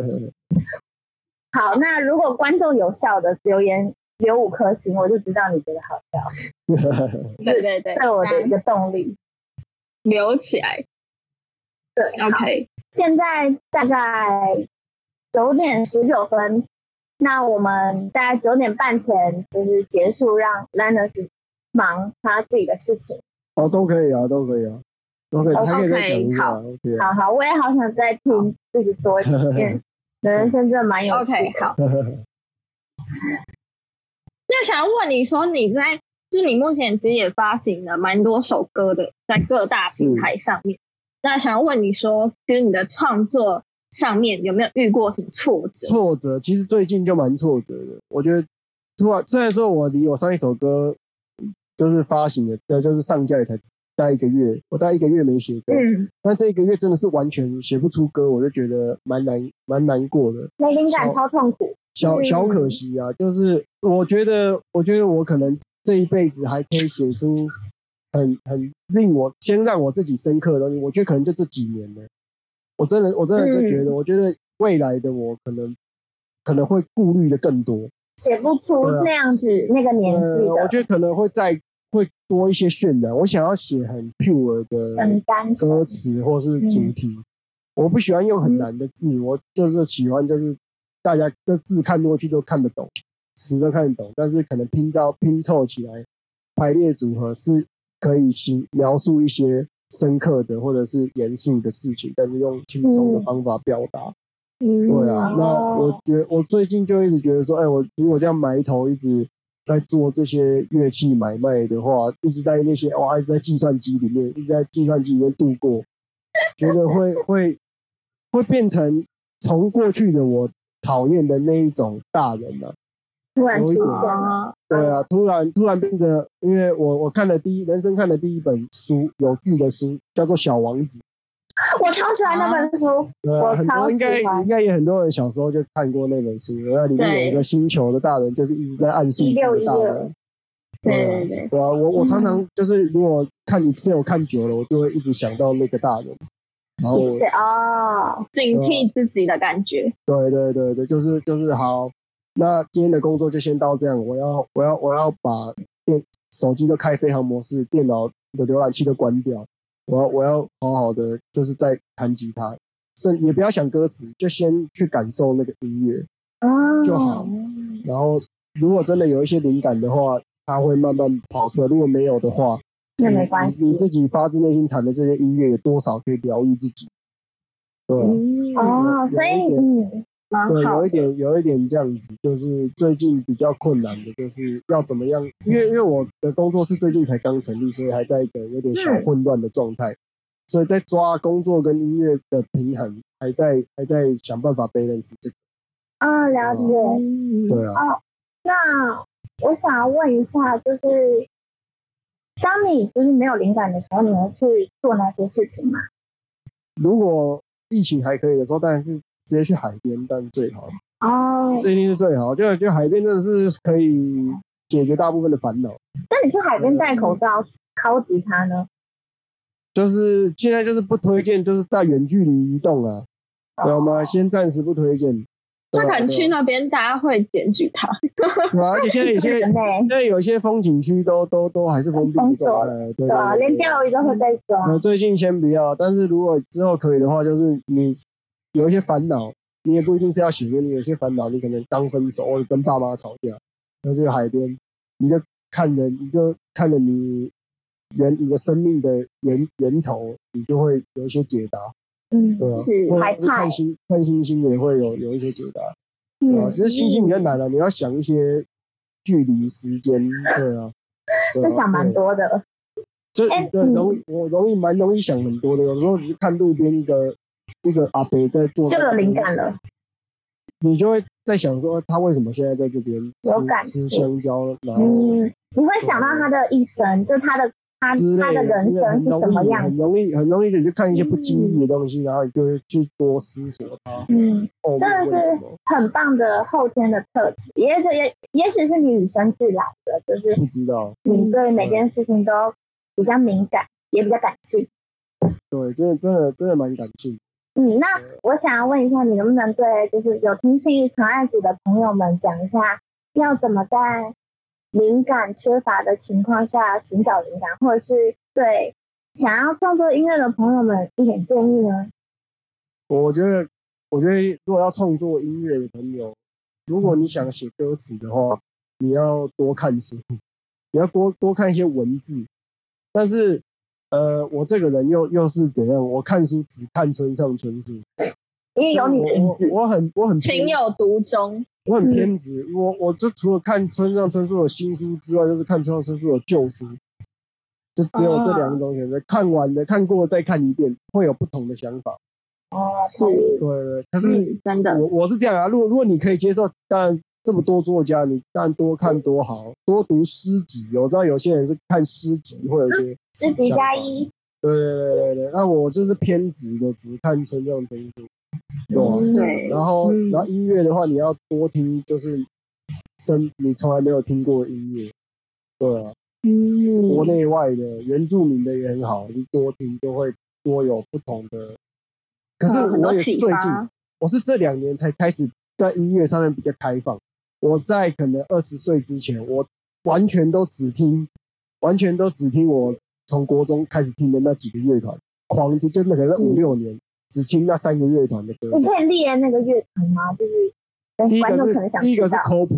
好，那如果观众有笑的留言留五颗星，我就知道你觉得好笑。 对对对， 这我的一个动力。 留起来。 对 ，OK。 现在大概九点十九分，那我们大概九点半前就是结束，让 Linus 忙他自己的事情。 哦，都可以啊，都可以啊，都可以，还可以再讲一下。 好 OK， 好好，我也好想再听自己多一点，人生真的蛮有趣的。 OK， 好。那想要问你说，你在就是你目前其实也发行了蛮多首歌的，在各大平台上面。那想要问你说，就是你的创作上面有没有遇过什么挫折？ 挫折其实最近就蛮挫折的。我觉得突然虽然说我离我上一首歌就是发行的，对，就是上架也才大概一个月，我大概一个月没写歌， 嗯， 但这一个月真的是完全写不出歌，我就觉得蛮难蛮难过的。 没灵感超痛苦。 小小可惜啊，就是我觉得，我觉得我可能这一辈子还可以写出很很令我先让我自己深刻的东西。我觉得可能就这几年了，我真的我真的就觉得， 嗯、 我觉得未来的我可能可能会顾虑的更多， 写不出那样子、啊、那个年纪的、 呃。我觉得可能会再会多一些渲染。我想要写很 pure 的歌词或是主题，嗯、我不喜欢用很难的字，嗯、我就是喜欢就是大家的字看过去都看得懂，词都看得懂，但是可能拼照拼凑起来排列组合是可以形描述一些深刻的或者是严肃的事情，但是用轻松的方法表达。嗯，对啊，那我觉得我最近就一直觉得说，哎，我如果这样埋头一直在做这些乐器买卖的话，一直在那些哇，一直在计算机里面，一直在计算机里面度过，觉得会会会变成从过去的我讨厌的那一种大人啊， 突然出现了， 对啊，突然突然变得，因为我我看了第一人生看的第一本书有字的书叫做《小王子》， 我超喜欢那本书，我超喜欢。 应该应该也很多人小时候就看过那本书，那里面有一个星球的大人，就是一直在暗数字的大人。 对对对， 对啊，我我常常就是如果看 Excel 看久了，我就会一直想到那个大人。然后哦， 警惕自己的感觉。 对对对对，就是就是好。那今天的工作就先到这样，我要我要我要把电手机都开飞行模式，电脑的浏览器都关掉。我要我要好好的，就是在弹吉他，甚也不要想歌词，就先去感受那个音乐就好。然后如果真的有一些灵感的话，它会慢慢跑出来；如果没有的话， 那没关系。 你, 你自己发自内心弹的这些音乐，多少可以疗愈自己。对、啊嗯，哦，所以嗯。 对，有一点，有一点这样子，就是最近比较困难的，就是要怎么样？因为因为我的工作室最近才刚成立，所以还在一个有点小混乱的状态，嗯、所以在抓工作跟音乐的平衡，还在还在想办法 balance 这个。 啊、哦，了解。 嗯、对啊。 哦，那我想要问一下，就是当你就是没有灵感的时候，你会去做哪些事情吗？ 如果疫情还可以的时候，当然是直接去海边，但是最好哦， 这一定是最好。就就海边真的是可以解决大部分的烦恼。 那你去海边戴口罩、敲吉他呢？ 就是现在就是不推荐，就是带远距离移动啊，知道吗？先暂时不推荐。 他可能去那边，大家会检举他。 对啊，而且现在有些现在有一些风景区都都都还是封闭封锁的，对对啊，连钓鱼都会被抓。 我最近先不要，但是如果之后可以的话，就是你有一些烦恼，你也不一定是要写，你有些烦恼，你可能刚分手或者跟爸妈吵架，然后去海边，你就看着你就看着你源你的生命的源源头，你就会有一些解答。 嗯， 对啊， 是或者是看星看星星也会有有一些解答。对啊，只是星星比较难了、啊，你要想一些距离、时间，对啊， 就、啊、想蛮多的。 就对，容易我容易蛮容易想很多的。有时候你看路边一个一个阿伯在做， 就有灵感了。 你就会在想说，他为什么现在在这边吃吃香蕉？然后， 嗯，你会想到他的一生，就他的他他的人生是什么样子？ 很容易很容易你就看一些不经意的东西，嗯、然后你就会去多思索它。嗯， 真的是很棒的后天的特质，也就也也许是你与生俱来的，就是不知道你对每件事情都比较敏感，也比较感性。 对，真的真的真的蛮感性。 嗯，那我想要问一下，你能不能对就是有听信义传爱组的朋友们讲一下，要怎么在灵感缺乏的情况下寻找灵感，或者是对想要创作音乐的朋友们一点建议呢？ 我觉得，我觉得如果要创作音乐的朋友，如果你想写歌词的话，你要多看书，你要多多看一些文字，但是。呃，我这个人又又是怎样？我看书只看村上春树， 因为有你的名字， 我很我很情有独钟， 我很偏执。嗯、我我就除了看村上春树的新书之外，就是看村上春树的旧书，就只有这两种选择。啊、看完的看过再看一遍，会有不同的想法。 哦，是， 对对。可是、 嗯、真的， 我我是这样啊。如果如果你可以接受，当然这么多作家，你当然多看多好，多读诗集。我知道有些人是看诗集，或者是。 诗集加一， 对对对对，那我就是偏执的，只看村上春树，对吧、 嗯？对。 然后，嗯、然后音乐的话，你要多听，就是生你从来没有听过的音乐，对啊。嗯。国内外的原住民的也很好，你多听就会多有不同的。可是我也是最近，嗯、我是这两年才开始在音乐上面比较开放。我在可能二十岁之前，我完全都只听，完全都只听我。从国中开始听的那几个乐团，狂听，就那可能五六年，嗯、只听那三个乐团的歌。 你可以列那个乐团吗？就是第一个是第一个是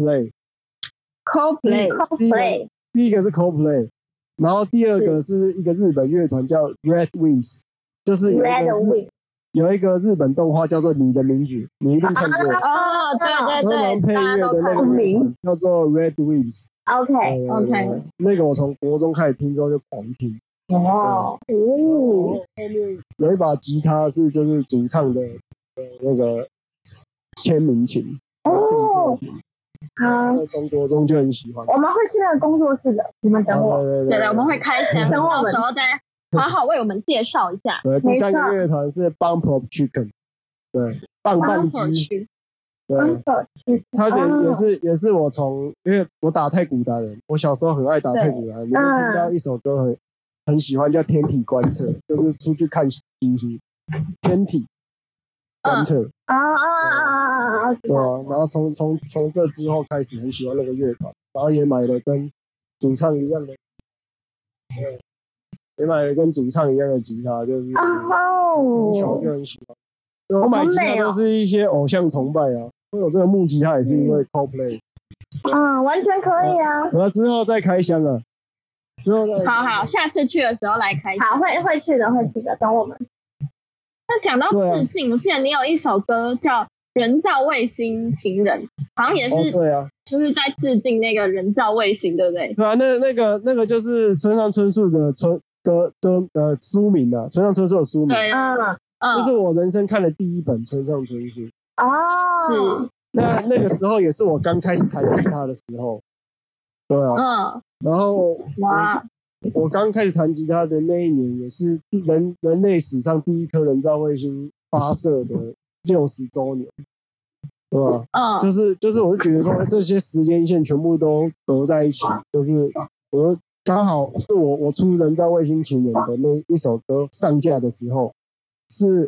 Coldplay，Coldplay， 第一个是 Coldplay， 然后第二个是一个日本乐团叫 Red Wings， 就是有一个日有一个日本动画叫做《你的名字》，你一定看过。 哦，对对对， 配乐的那个乐团叫做 Red Wings。OK OK， 那个我从国中开始听之后就狂听。 哦， 嗯，后面有一把吉他是就是主唱的那个签名琴。 哦， 好，从国中就很喜欢。 我们会去那个工作室的，你们等我。 对对对，我们会开箱，等到时候再好好为我们介绍一下。 对，第三个乐团是 Bump of Chicken， 对，棒棒鸡。对，他也也是也是我从，因为我打太鼓达人，我小时候很爱打太鼓达人，你会听到一首歌很很喜欢，叫天体观测，就是出去看星星，天体观测。 啊啊啊啊！ 对啊，然后从从从这之后开始很喜欢那个乐团，然后也买了跟主唱一样的，对，也买了跟主唱一样的吉他，就是从小就很喜欢。我买吉他都是一些偶像崇拜啊。我有这个木吉他也是因为 Coldplay， 嗯，完全可以啊。 然后之后再开箱啊，之后再好好，下次去的时候来开箱。 好，会会去的，会去的，等我们。 那讲到致敬，啊、我记得你有一首歌叫《人造卫星情人》，好像也是、 哦、对啊， 就是在致敬那个人造卫星，对不对？ 对啊，那那个那个就是村上春树的春歌歌呃书名啊，村上春树的书名。 对，嗯嗯，这是我人生看的第一本村上春树。 哦， 是， 那那个时候也是我刚开始弹吉他的时候，对啊， 嗯， 然后哇， 我刚开始弹吉他的那一年，也是人人类史上第一颗人造卫星发射的六十周年，对吧？ 嗯， 就是就是，我就觉得说这些时间线全部都合在一起，就是我刚好是我我出人造卫星情人的那一首歌上架的时候，是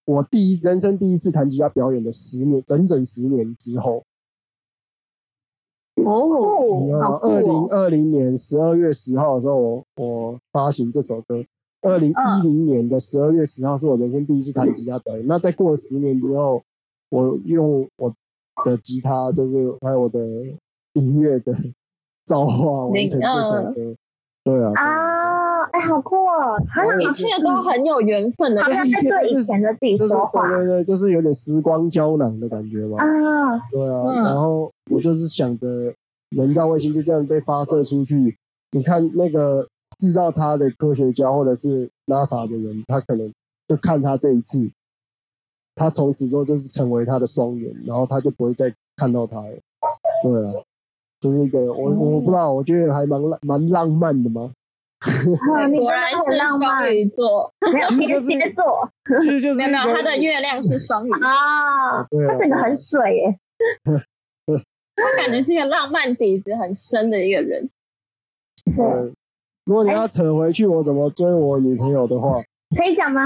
我第一人生第一次弹吉他表演的十年，整整十年之后。 哦， 二零二零年十二月十号的时候我，我发行这首歌。二零一零年的十二月十号是我人生第一次弹吉他表演。嗯、那在过了十年之后，我用我的吉他，就是还有我的音乐的造化完成这首歌。对啊。 啊，哎、欸，好酷哦！好像一切都很有缘分的， 好像在对以前的自己说话。 对对对，就是有点时光胶囊的感觉嘛。啊，对啊。嗯、然后我就是想着，人造卫星就这样被发射出去，你看那个制造它的科学家或者是 NASA 的人，他可能就看他这一次，他从此之后就是成为他的双眼，然后他就不会再看到他了。对啊。就是一个我我不知道，我觉得还蛮蛮浪漫的嘛。 果然是双鱼座， 没有天蝎座， 其实就是没有没有，他的月亮是双鱼啊，他整个很水耶。 他感觉是一个浪漫底子很深的一个人。 对，如果你要扯回去我怎么追我女朋友的话， 可以讲吗？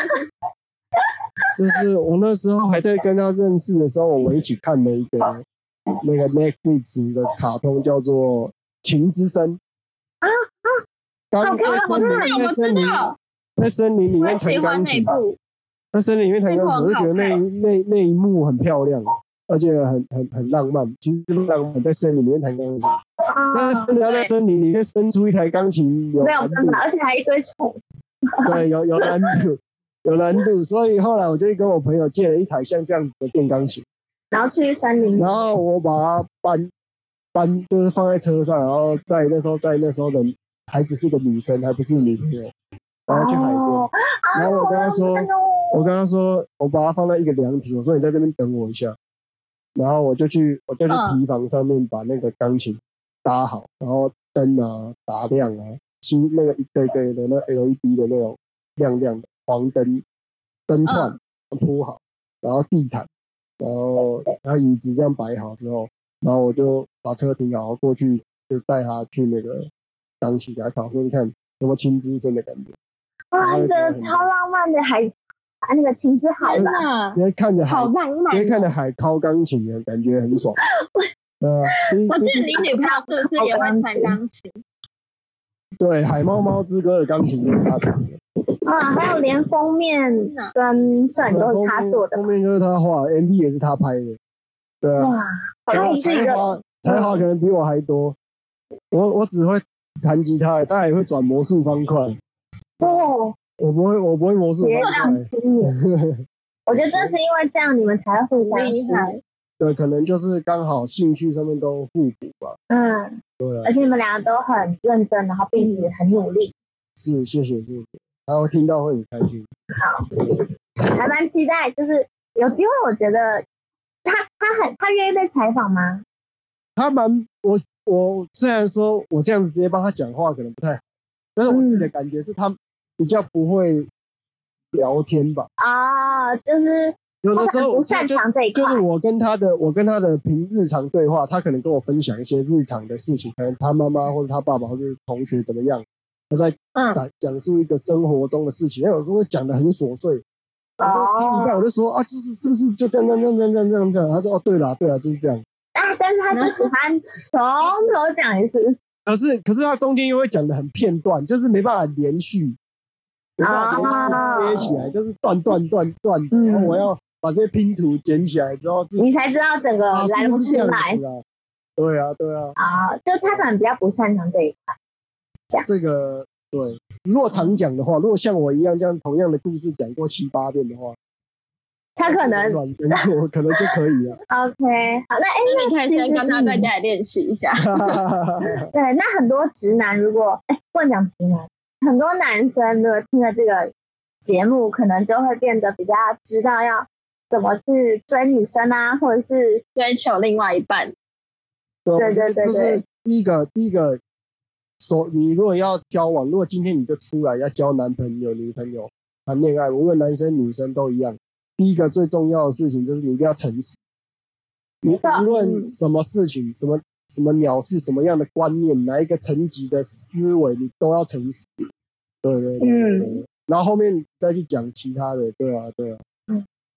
就是我那时候还在跟她认识的时候，我们一起看了一个。那个 Netflix 的卡通叫做《情之声》 啊啊！ 刚在森林，在森林，在森林里面弹钢琴。在森林里面弹钢琴，我就觉得那那那一幕很漂亮，而且很很很浪漫。其实浪漫，在森林里面弹钢琴，但是真的要在森林里面生出一台钢琴， 没有办法，而且还一堆虫。 对，有有难度，有难度。所以后来我就跟我朋友借了一台像这样子的电钢琴。 然后去森林， 然后我把它搬搬，就是放在车上，然后在那时候在那时候的还只是个女生，还不是女朋友，然后去海边。哦、然后我跟她说，哦、我跟她说，我把它放在一个凉亭，我说你在这边等我一下。然后我就去，我就去堤防上面把那个钢琴搭好，然后灯啊打亮啊，新那个一对对的那 L E D 的那种亮亮的黄灯灯串铺好，然后地毯。然后他椅子这样摆好之后，然后我就把车停好，过去就带他去那个钢琴给他考，说你看有没有情之声的感觉？ 哇，真的超浪漫的，海那个情之海吧， 直接看着海， 好浪漫， 直接看着海敲钢琴的感觉很爽。对啊， 我记得你女朋友是不是也会弹钢琴？ 对，《海猫猫之歌》的钢琴就是他弹的。 啊，还有连封面跟摄影都是他做的， 封面就是他画 ，M V 也是他拍的。对啊， 哇，他是一个才华可能比我还多。我我只会弹吉他，他也会转魔术方块。 哦， 我不会，我不会魔术方块。 我觉得正是因为这样，你们才会互相厉害。 对，可能就是刚好兴趣上面都互补吧。 嗯， 对啊。 而且你们两个都很认真，然后并且很努力。 是，谢谢，谢谢。然后听到会很开心。 好，还蛮期待，就是有机会，我觉得他他很他愿意被采访吗？ 他蛮我我虽然说我这样子直接帮他讲话可能不太好，但是我自己的感觉是他比较不会聊天吧。 啊、哦，就是有的时候不擅长这一块， 就是我跟他的我跟他的平日常对话，他可能跟我分享一些日常的事情，可能他妈妈或者他爸爸或者同学怎么样。他在讲讲述一个生活中的事情，有时候讲的很琐碎。我说听一半，我就说啊，就是是不是就这样这样这样这样这样这样？他说哦，对了对了，就是这样。 啊，但是他就喜欢从头讲一次。 可是可是他中间又会讲的很片段，就是没办法连续，没办法连续接起来，就是断断断断。然后我要把这些拼图捡起来之后， 你才知道整个来龙去脉。 对啊对啊。 啊，就他可能比较不擅长这一块。 这个对，如果常讲的话，如果像我一样这样同样的故事讲过七八遍的话， 他可能我可能就可以了。 OK， 好，那哎， 那你可以先跟他在家里练习一下。 对，那很多直男如果哎，不能讲直男，很多男生如果听了这个节目，可能就会变得比较知道要怎么去追女生啊，或者是追求另外一半。 对对对对对， 就是第一个第一个。说你如果要交往，如果今天你就出来要交男朋友、女朋友、谈恋爱，无论男生女生都一样。第一个最重要的事情就是你一定要诚实。你无论什么事情、什么什么鸟事、什么样的观念、哪一个层级的思维，你都要诚实。对对对对。嗯。然后后面再去讲其他的，对啊对啊。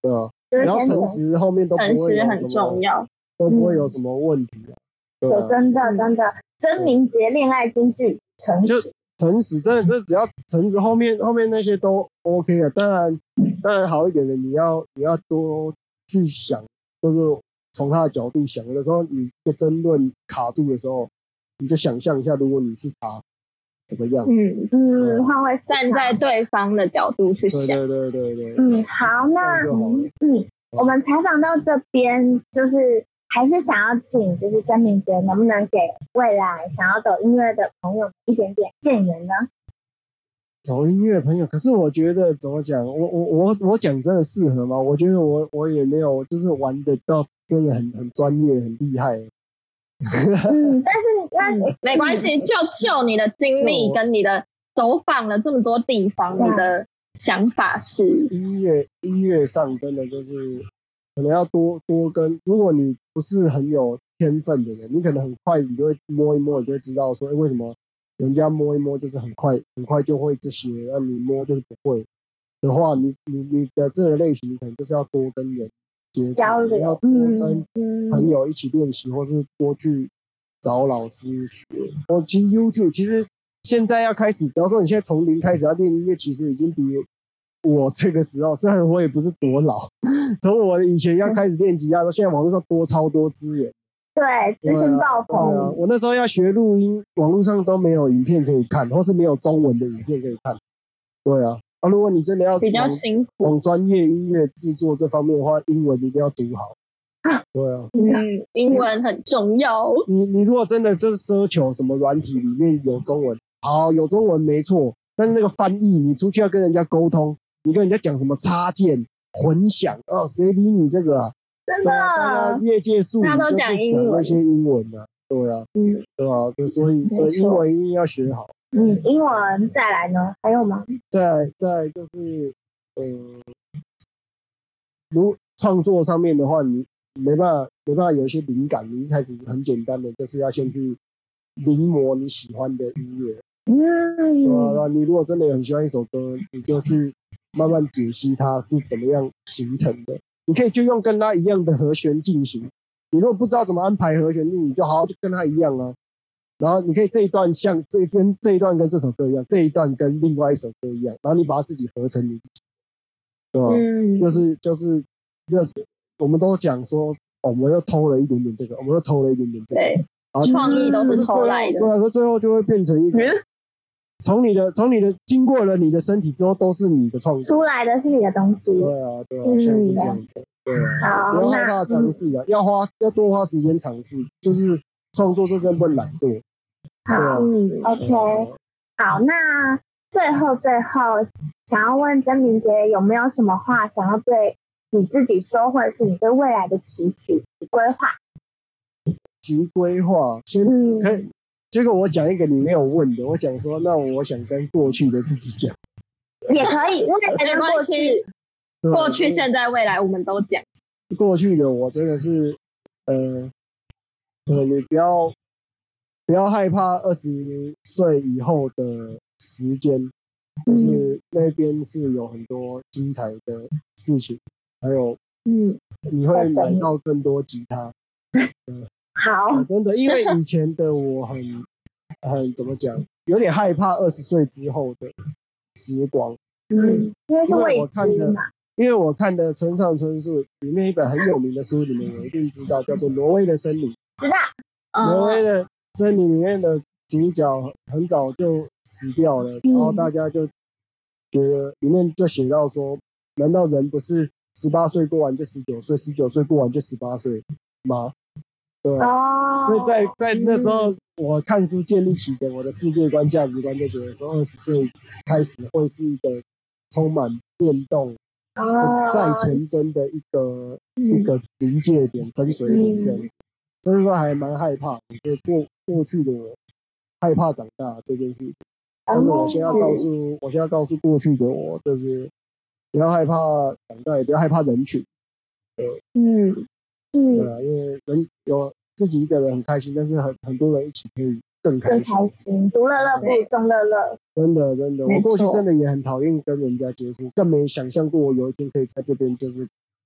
对吧？只要诚实，后面都不会有什么， 诚实很重要， 都不会有什么问题啊。对啊， 真的真的，曾明杰恋爱金句，诚实。 诚实真的，这只要诚实，后面后面那些都 OK 的。当然，当然好一点的，你要你要多去想，就是从他的角度想。有的时候你的争论卡住的时候，你就想象一下，如果你是他，怎么样？ 嗯嗯，他会站在对方的角度去想。 对对对对对。 嗯，好，那嗯，我们采访到这边，就是还是想要请，就是曾明杰能不能给未来想要走音乐的朋友一点点建言呢？ 走音乐朋友，可是我觉得怎么讲，我我我我讲真的适合吗？我觉得我我也没有，就是玩得到真的很很专业很厉害。 嗯，但是那、嗯、 没关系，就就你的经历跟你的走访了这么多地方，你的想法是音乐音乐上真的就是可能要多多跟，如果你不是很有天分的人，你可能很快你就会摸一摸，你就会知道说，欸、为什么人家摸一摸就是很快很快就会这些，那你摸就是不会的话，你你你的这个类型，你可能就是要多跟人接触，要多跟朋友一起练习，或是多去找老师学。我其实 YouTube 其实现在要开始，比方说你现在从零开始要练音乐，其实已经比我这个时候，虽然我也不是多老，从我以前要开始练吉他，到现在网络上多超多资源。 对，资讯爆棚、 啊啊。我那时候要学录音，网络上都没有影片可以看，或是没有中文的影片可以看。对啊，啊，如果你真的要比较辛苦往专业音乐制作这方面的话，英文一定要读好。对啊， 嗯，英文很重要。 你你如果真的就是奢求什么软体里面有中文，好，有中文没错，但是那个翻译，你出去要跟人家沟通，你跟人家讲什么插件、混响啊，谁理你这个啊？ 真的， 大家业界术语他都讲英文， 那些英文啊，对啊， 嗯， 对啊，所以所以英文一定要学好。 嗯，英文再来呢？还有吗？ 再再就是，嗯，如创作上面的话，你没办法没办法有一些灵感，你一开始很简单的，就是要先去临摹你喜欢的音乐。 嗯， 对啊，你如果真的很喜欢一首歌，你就去慢慢解析它是怎么样形成的。你可以就用跟它一样的和弦进行。你如果不知道怎么安排和弦，你就好好就跟它一样啊。然后你可以这一段像这一跟这一段跟这首歌一样，这一段跟另外一首歌一样，然后你把它自己合成你自己，对吧？嗯，就是就是就是我们都讲说，哦，我们又偷了一点点这个，我们又偷了一点点这个， 对，创意都是偷来的。 对啊，最后就会变成一个。嗯，从你的从你的经过了你的身体之后，都是你的创作， 出来的是你的东西。 对啊，对啊，嗯，像是这样子。对啊，不要害怕尝试啊，要花要多花时间尝试，就是创作这真不懒惰。 好，嗯 ，OK，好，那最后最后想要问曾明杰有没有什么话想要对你自己说，或者是你对未来的期许规划？ 其规划先可以。嗯，结果我讲一个你没有问的，我讲说，那我想跟过去的自己讲， 也可以， 没关系，过去、现在、未来我们都讲。 过去的我真的是，呃，呃，你不要不要害怕二十岁以后的时间，就是那边是有很多精彩的事情，还有，嗯，你会买到更多吉他。嗯， 好， 真的，因为以前的我很很怎么讲，有点害怕二十岁之后的时光。 嗯，因为是未知嘛。 因为我看的村上春树里面一本很有名的书，里面我一定知道，叫做《挪威的森林》。 知道。 挪威的森林里面的主角很早就死掉了，然后大家就觉得里面就写到说，难道人不是十八岁过完就十九岁，十九岁过完就十八岁吗？对啊，所以在在那时候，我看书建立起的我的世界观、价值观，就觉得说二十岁开始会是一个充满变动、再纯真的一个一个临界点、分水岭这样子。所以说还蛮害怕，所以过过去的我害怕长大这件事情。但是我现在要告诉，我现在告诉过去的我，就是不要害怕长大，也不要害怕人群。对，嗯嗯，对啊，因为人有自己一个人很开心，但是很很多人一起可以更开心。 更开心，独乐乐不如众乐乐。 真的真的，我过去真的也很讨厌跟人家接触，更没想象过我有一天可以在这边就是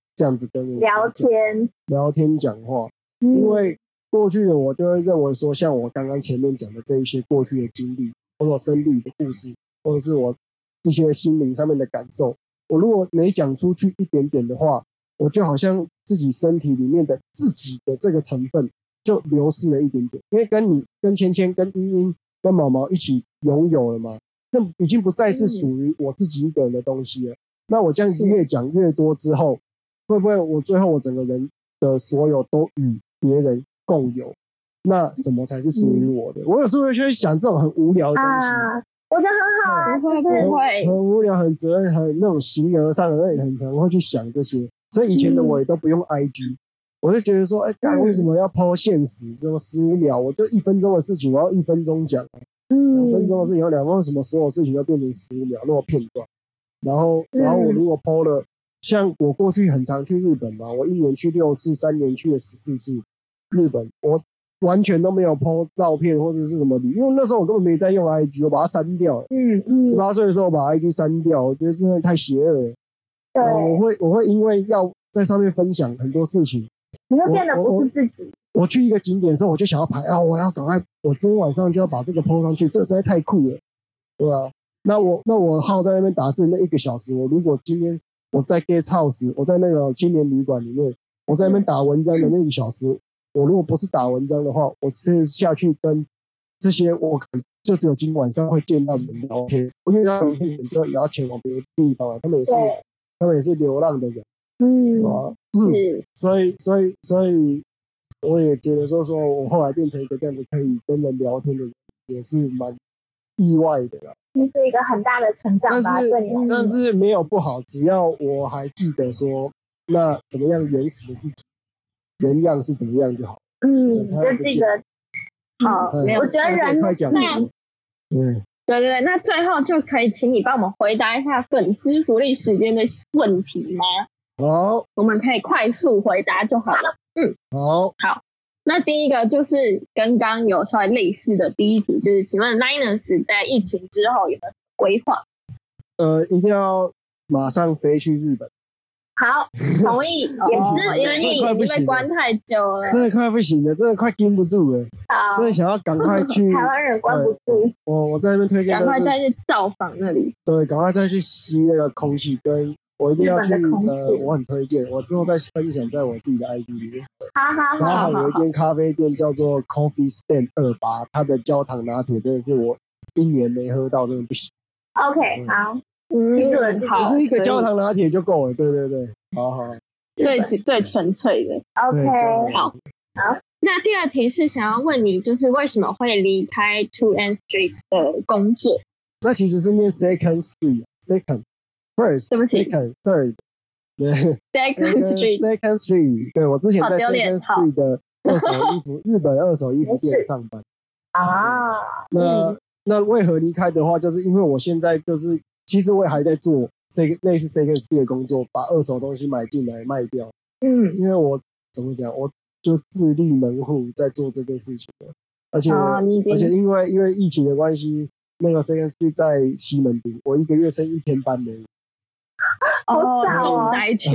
这样子跟人聊天聊天讲话， 嗯、 因为过去的我就会认为说，像我刚刚前面讲的这一些过去的经历，或者我生理的故事，或者是我这些心灵上面的感受，我如果没讲出去一点点的话，我就好像自己身体里面的自己的这个成分就流失了一点点，因为跟你、跟芊芊、跟茵茵、跟毛毛一起拥有了嘛，那已经不再是属于我自己一个人的东西了。那我这样子越讲越多之后，会不会我最后我整个人的所有都与别人共有？那什么才是属于我的？嗯、我有时候会去想这种很无聊的东西。 啊，我觉得很好啊， 不会就是不会很无聊、很责任、很那种形而上的，很常会去想这些。所以以前的我也都不用 I G，、嗯、我就觉得说，哎、欸，干为什么要 po 现实？这么十五秒，我就一分钟的事情，我要一分钟讲。嗯，两分钟的事情有两分钟，为什么所有事情都变成十五秒那么片段？然后，然后我如果 po 了，像我过去很常去日本嘛，我一年去六次，三年去了十四次日本，我完全都没有 po 照片或者是什么，因为那时候我根本没在用 I G， 我把它删掉了。嗯嗯，十八岁的时候我把 I G 删掉，我觉得真的太邪恶了。对、呃，我会我会因为要在上面分享很多事情， 你会变得不是自己。 我, 我, 我去一个景点的时候，我就想要拍啊，我要赶快，我今天晚上就要把这个 po 上去，这实在太酷了，对吧、啊？那我那我耗在那边打字那一个小时，我如果今天我在 guest house， 我在那个青年旅馆里面，我在那边打文章的那一个小时，我如果不是打文章的话，我是下去跟这些我可能就只有今晚上会见到的人聊天，因为他们就也要前往别的地方，他们也是他们也是流浪的人，嗯，啊，是，所以所以所以我也觉得说说我后来变成一个这样子可以跟人聊天的人，也是蛮意外的啦。 这是一个很大的成长吧， 但是对你来说。 但是没有不好，只要我还记得说，那怎么样原始的自己，原样是怎么样就好。 嗯，就记得。好， 嗯、 我觉得人快讲。 那嗯， 对对对，那最后就可以请你帮我们回答一下粉丝福利时间的问题吗？ 好， 我们可以快速回答就好了。嗯， 好， 好。那第一个就是跟刚刚有稍微类似的第一题，就是请问 Linus 在疫情之后有没有规划？ 呃，一定要马上飞去日本。 好，同意，也支持你， 你被关太久了， 真的快不行了，真的快盯不住了。 好， 真的想要赶快去。 台湾人关不住。 我我在那边推荐， 赶快再去造访那里。 对，赶快再去吸那个空气，跟我一定要去。呃，我很推荐，我之后再分享在我自己的 I G 里面。 好好好。 正好有一间咖啡店叫做 Coffee Stand 二八，它的焦糖拿铁真的是我一年没喝到，真的不行。 OK， 好。记住了，记住了， 只是一个焦糖拿铁就够了。对对对，好好， 最最纯粹的。 OK， 好，好。那第二题是想要问你，就是为什么会离开 Two and Street 的工作？ 那其实是念 Second Street，Second First， 对不起 ，Second Third， 对 ，Second Street，Second Street， 对我之前在 Second Street 的二手衣服日本二手衣服店上班啊。 那、 嗯、 那为何离开的话，就是因为我现在就是。其实我也还在做这个类似 Second Street 的工作，把二手东西买进来卖掉。嗯，因为我怎么讲，我就自立门户在做这件事情的，而且、啊、而且因为因为疫情的关系，那个 Second Street 在西门町，我一个月升一天班而已。 好少啊！灾区，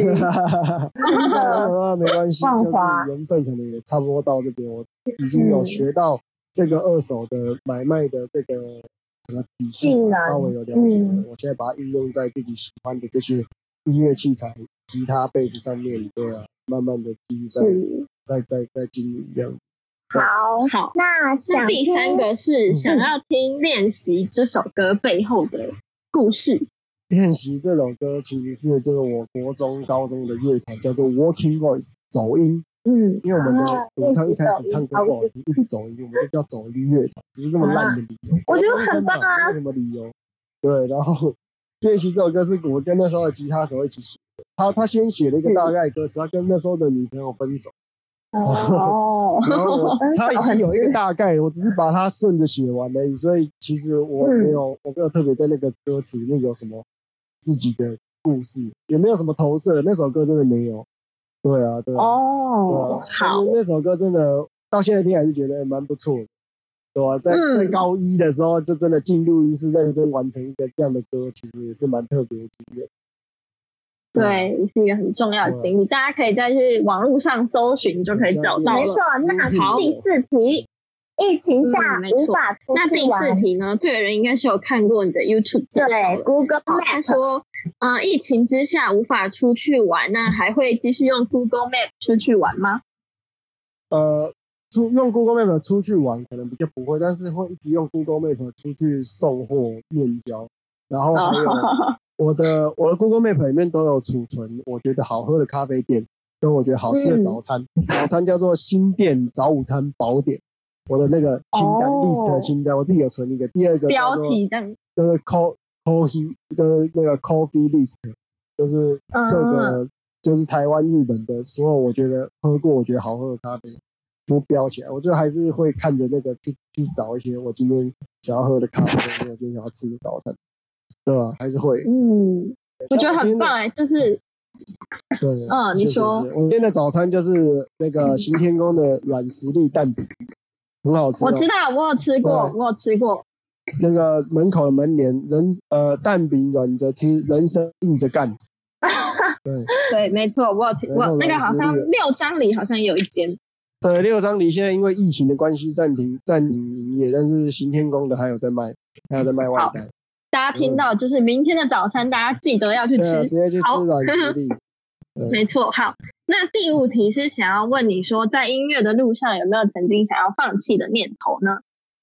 没关系，就是缘分可能也差不多到这边，我已经有学到这个二手的买卖的这个。什么体系稍微有了解了、嗯，我现在把它运用在自己喜欢的这些音乐器材、吉他、贝斯上面，对啊，慢慢的继续在在在在经营这样。 好，好，那那第三个是想要听练习这首歌背后的故事。 练习这首歌其实是就是我国中、高中的乐团叫做 Walking Voice 走音。嗯，因为我们的主唱一开始唱歌不好听，一直走音，我们就叫走音乐团，只是这么烂的理由。 我觉得很棒啊！ 没什么理由。对，然后练习这首歌是我跟那时候的吉他手一起写的。他他先写了一个大概歌词，他跟那时候的女朋友分手。哦。然后我他已经有一个大概，我只是把它顺着写完而已，所以其实我没有、嗯、我没有特别在那个歌词里面有什么自己的故事，也没有什么投射。那首歌真的没有。对啊，对啊， 哦， 对啊，好，那首歌真的到现在听还是觉得蛮不错的，对啊，在、嗯、在高一的时候就真的进录音室认真完成一个这样的歌，其实也是蛮特别的经验。 对，是一个很重要的经历，大家可以再去网络上搜寻就可以找到了。 没错，那第四题，疫情下无法出去玩。 那第四题呢？这个人应该是有看过你的 YouTube 介绍。 对 ，Google Map。 他说，呃，疫情之下无法出去玩，那还会继续用 Google Map 出去玩吗？ 呃，出用 Google Map 出去玩可能比较不会，但是会一直用 Google Map 出去送货、面交，然后还有。我的我的 Google Map 里面都有储存我觉得好喝的咖啡店，跟我觉得好吃的早餐。嗯、早餐叫做新店早午餐宝典，我的那个清单、哦、list 的清单，我自己有存一个。第二个标题的就是 coffee， 就是那个 coffee list， 就是各个、嗯、就是台湾、日本的所有我觉得喝过我觉得好喝的咖啡都标起来。我就还是会看着那个去去找一些我今天想要喝的咖啡，我今天想要吃的早餐。对吧？还是会， 嗯，我觉得很棒哎，就是， 对， 嗯，你说， 我今天的早餐就是那个行天宫的软实力蛋饼，很好吃、哦。 我知道，我有吃过，我有吃过。 那个门口的门帘，人呃蛋饼软着吃，人生硬着干。对对，没错，我有听，我那个好像六张里好像也有一间。 对，六张里现在因为疫情的关系暂停暂停营业，但是行天宫的还有在卖，还有在卖外带。 大家听到就是明天的早餐，大家记得要去吃， 啊、直接去吃软实力。 没错，好。那第五题是想要问你说，在音乐的路上有没有曾经想要放弃的念头呢？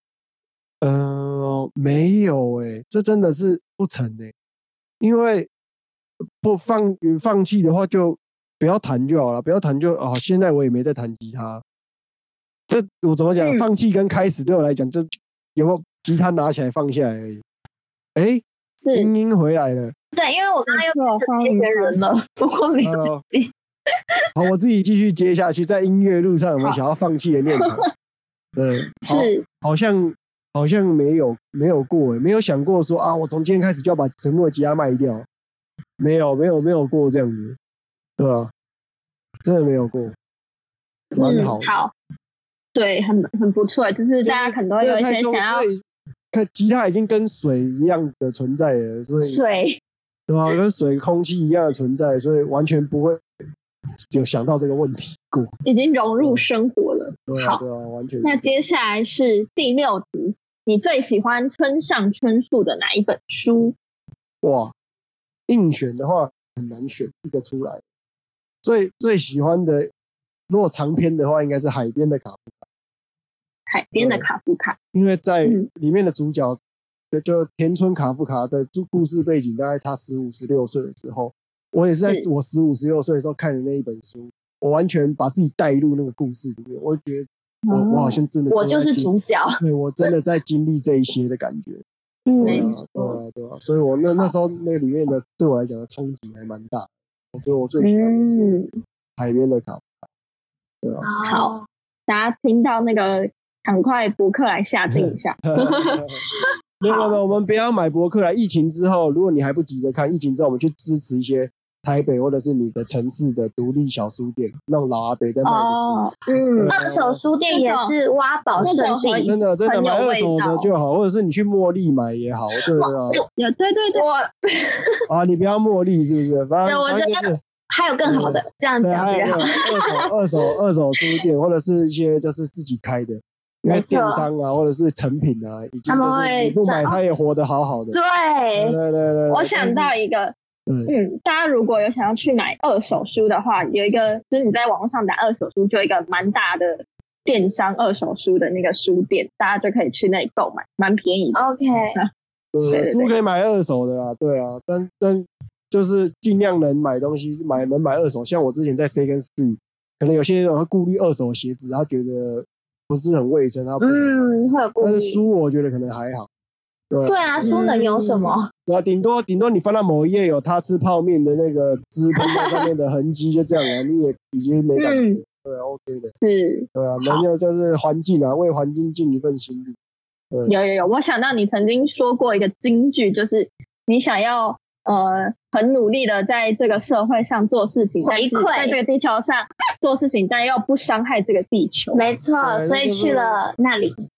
呃，没有诶、欸，这真的是不成诶、欸，因为不放放弃的话，就不要弹就好了，不要弹就哦。现在我也没在弹吉他，这我怎么讲？嗯、放弃跟开始对我来讲，就有没有吉他拿起来放下来而已。哎，是英英回来了。 对，因为我刚刚又变成别人了，不过没关系。 好，我自己继续接下去。在音乐路上有没有想要放弃的念头？对， 是好像好像没有没有过，没有想过说啊，我从今天开始就要把全部的吉他卖掉。没有没有没有过这样子，对吧、啊？真的没有过，蛮好、 嗯。好，对，很很不错，就是大家可能都有一些想要。 看吉他已经跟水一样的存在了，所以水对吧？跟水、空气一样的存在，所以完全不会有想到这个问题过， 已经融入生活了。 对啊，对啊，完全。 那接下来是第六题，你最喜欢村上春树的哪一本书？ 哇，硬选的话很难选一个出来。最最喜欢的，如果长篇的话，应该是《海边的卡夫卡》。 海边的卡夫卡， 因为在里面的主角，嗯、就田村卡夫卡的故事背景，大概他十五、十六岁的时候，我也是在我十五、十六岁的时候看的那一本书，我完全把自己带入那个故事里面，我觉得我、哦、我好像真的我就是主角， 对我真的在经历这一些的感觉， 嗯， 对啊，对啊，对啊，所以我那那时候那里面的对我来讲的冲击还蛮大，我觉得我最喜欢的是海边的卡夫卡，对啊， 好，大家听到那个。赶快博客来下定一下。 没有没有，我们不要买博客来。疫情之后，如果你还不急着看，疫情之后我们去支持一些台北或者是你的城市的独立小书店，那种老阿伯在卖的书。 哦，嗯，二手书店也是挖宝圣地， 真的真的买二手的就好，或者是你去茉莉买也好，对吧？ 有对对对， 我啊，你不要茉莉是不是？反正我觉得还有更好的，这样讲比较好。 二手二手二手书店，或者是一些就是自己开的。因为电商啊，或者是成品啊，已经就是你不买，他也活得好好的。 对， 对对对对。 我想到一个，嗯，大家如果有想要去买二手书的话，有一个就是你在网络上打二手书，就有一个蛮大的电商二手书的那个书店，大家就可以去那里购买，蛮便宜的。 OK， 对，书可以买二手的啦，对啊，但但就是尽量能买东西，买能买二手。像我之前在 Second Street， 可能有些人会顾虑二手鞋子，他觉得。不是很卫生，然后嗯，会有顾虑。 但是书我觉得可能还好。对， 对啊，书能有什么？ 对啊，顶多顶多你翻到某一页有他吃泡面的那个汁喷在上面的痕迹，就这样啊，你也已经没感觉。嗯、对、啊、，OK 的。 是。 对啊，人家就是环境啊，为环境尽一份心力。 有有有，我想到你曾经说过一个金句，就是你想要呃很努力的在这个社会上做事情，但是在这个地球上做事情，但又不伤害这个地球。 没错，所以去了那里。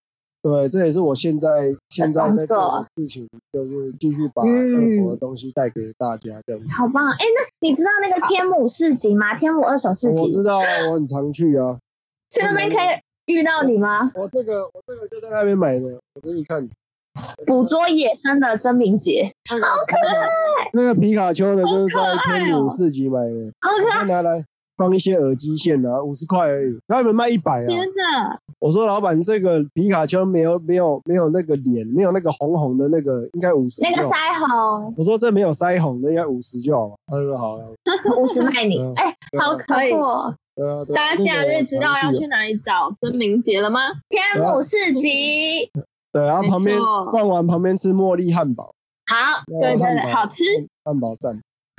对，这也是我现在现在在做的事情，就是继续把二手的东西带给大家，这样子。 好棒！哎，那你知道那个天母市集吗？天母二手市集， 我知道，我很常去啊。 去那边可以遇到你吗？ 我这个我这个就在那边买的，我给你看。 捕捉野生的真名节，好可爱！ 那个皮卡丘的就是在天母市集买的， 好可爱。 拿来放一些耳机线啊，五十块而已，他们卖一百啊！ 天哪！ 我说老板，这个皮卡丘没有没有没有那个脸，没有那个红红的那个，应该五十。 那个腮红。 我说这没有腮红的，应该五十就好了。他说好了， 五十卖你。哎、欸，好可恶！ 对啊， 大家假日知道要去哪里找真名节了吗？ 天母市集。 对，然后旁边逛完，旁边吃茉莉汉堡。 好， 对对对，好吃。 汉堡站。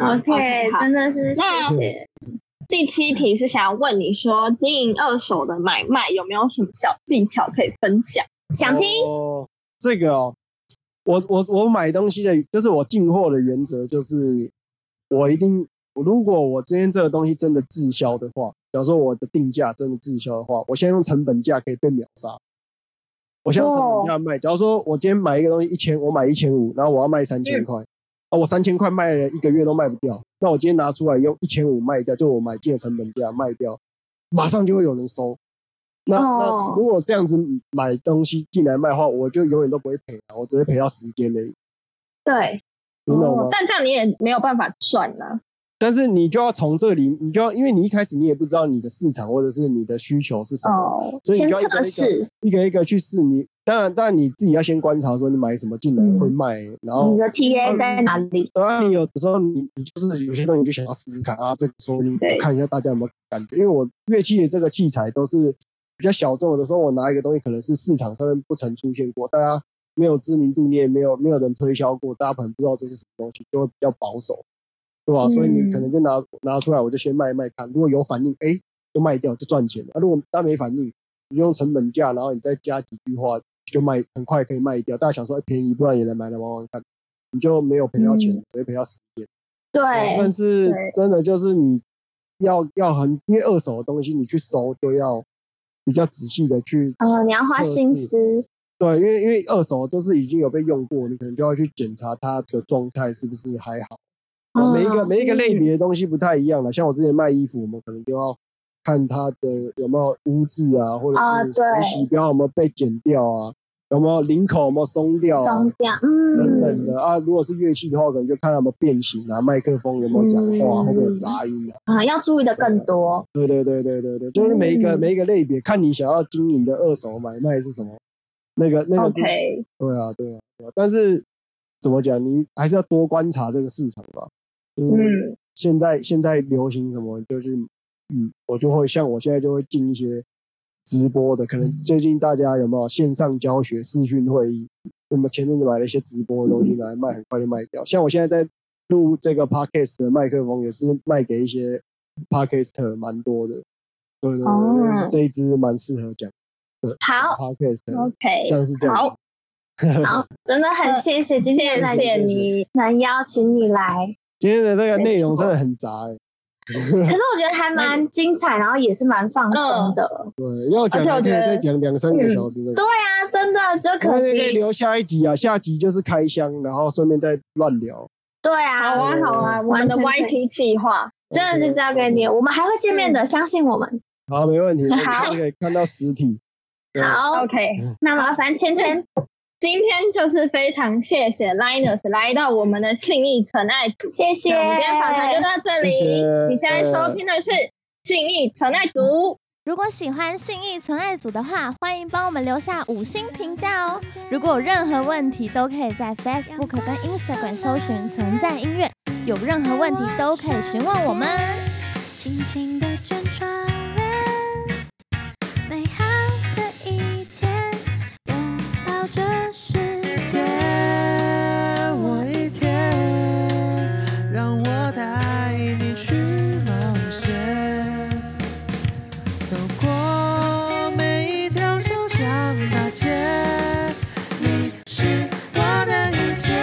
OK， 真的是谢谢。 第七题是想要问你说，经营二手的买卖有没有什么小技巧可以分享？ 想听？ 哦，这个哦，我我我买东西的，就是我进货的原则，就是我一定，如果我今天这个东西真的滞销的话，假如说我的定价真的滞销的话，我先用成本价可以被秒杀。我先用成本价卖，假如说我今天买一个东西一千，我买一千五，然后我要卖三千块，啊，我三千块卖了一个月都卖不掉，那我今天拿出来用一千五卖掉，就我买进的成本价卖掉，马上就会有人收。那、哦、那如果这样子买东西进来卖的话，我就永远都不会赔啊，我只会赔到时间而已。 对， 你懂吗？ 哦、但这样你也没有办法赚啊。 但是你就要从这里，你就要，因为你一开始你也不知道你的市场或者是你的需求是什么， 哦、 所以你就要一个一个一个一个去试。你当然，当然你自己要先观察说你买什么进来会卖，嗯、然后你的 T A 在哪里？ 当然，你有的时候你你就是有些东西你就想要试试看啊，这个说不定看一下大家有没有感觉。因为我乐器的这个器材都是比较小众的时候，我拿一个东西可能是市场上面不曾出现过，大家没有知名度，你也没有没有人推销过，大家可能不知道这是什么东西，就会比较保守。对吧、嗯？所以你可能就拿拿出来，我就先卖一卖看，如果有反应，哎，就卖掉，就赚钱了。啊、如果它没反应，你用成本价，然后你再加几句话，就卖，很快可以卖掉。大家想说，哎，便宜，不然也来买来玩玩看，你就没有赔到钱，嗯、只会赔到时间。 对。 但是真的就是你要要很，因为二手的东西，你去收就要比较仔细的去。 哦，你要花心思。 对，因为因为二手都是已经有被用过，你可能就要去检查它的状态是不是还好。哦、每一个每一个类别的东西不太一样了，像我之前卖衣服，我们可能就要看它的有没有污渍啊，或者是水洗标有没有被剪掉啊，有没有领口有没有松掉、啊、 松掉，嗯， 等等的啊。如果是乐器的话，可能就看它有没有变形啊，麦克风有没有讲话，嗯、会不会有杂音啊？ 啊，要注意的更多。 对对对对对对，就是每一个、嗯、每一个类别，看你想要经营的二手买卖是什么，那个那个、就是 OK， 对啊对啊对啊，但是怎么讲，你还是要多观察这个市场吧。就是现在、嗯、现在流行什么，就是嗯，我就会像我现在就会进一些直播的，可能最近大家有没有线上教学、视讯会议？我们前阵子买了一些直播的东西来卖，很快就卖掉。像我现在在录这个 podcast 的麦克风，也是卖给一些 podcaster 蛮多的。对对对，哦、这一支蛮适合讲。 好 ，podcast OK， 像是这样。 好，好，真的很谢谢今天谢谢你能邀请你来。 今天的那个内容真的很杂哎、欸， 可是我觉得还蛮精彩，然后也是蛮放松的。 对，要讲还可以再讲两三个小时的、嗯。 对啊，真的就可惜。 可以留下一集啊，下集就是开箱，然后顺便再乱聊。 对啊， 好啊，好啊，我们的 Y T 企划真的是交给你，我们还会见面的，嗯、相信我们。 好，没问题。 好， 可以看到实体。 好 ，OK， 那麻烦芊芊。 今天就是非常谢谢 Linus 来到我们的信义纯爱组， 谢谢。 我们今天访谈就到这里。 谢谢你现在收听的是信义纯爱组。 如果喜欢信义纯爱组的话，欢迎帮我们留下五星评价哦。如果有任何问题，都可以在 Facebook 跟 Instagram 搜寻存在音乐，有任何问题都可以询问我们。轻轻地卷窗帘，美好的一天，拥抱着世界。 我一天，让我带你去冒险，走过每一条小巷大街，你是我的一切，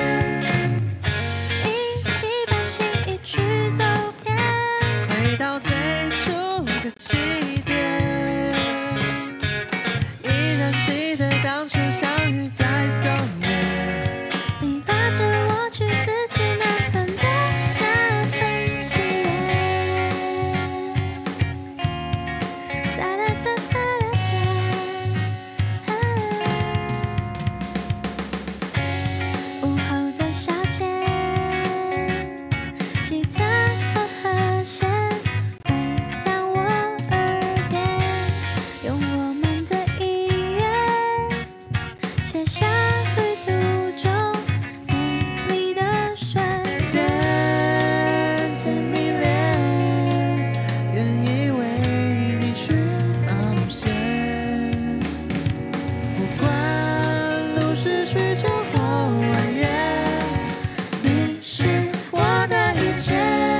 一起把心意去走遍，回到最失去这火晚宴，你是我的一切，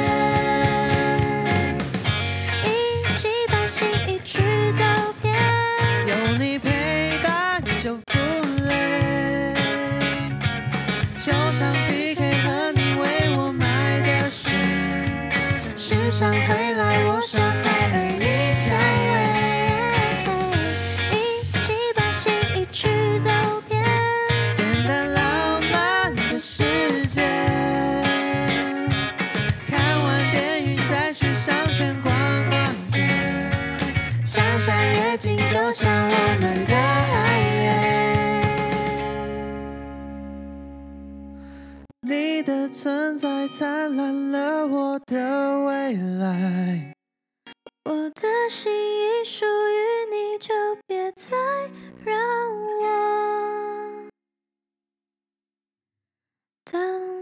一起把心意去走遍， 有你陪伴就不累，就像 P K 和你为我买的水，时常回来我烧菜而你在一起把心意去走遍， 简单浪漫的世界，看完电影再去商圈逛逛街， 像山越近就像我们的爱恋， 你的存在灿烂了我的未来， 我的心已属于你，就别再让我等。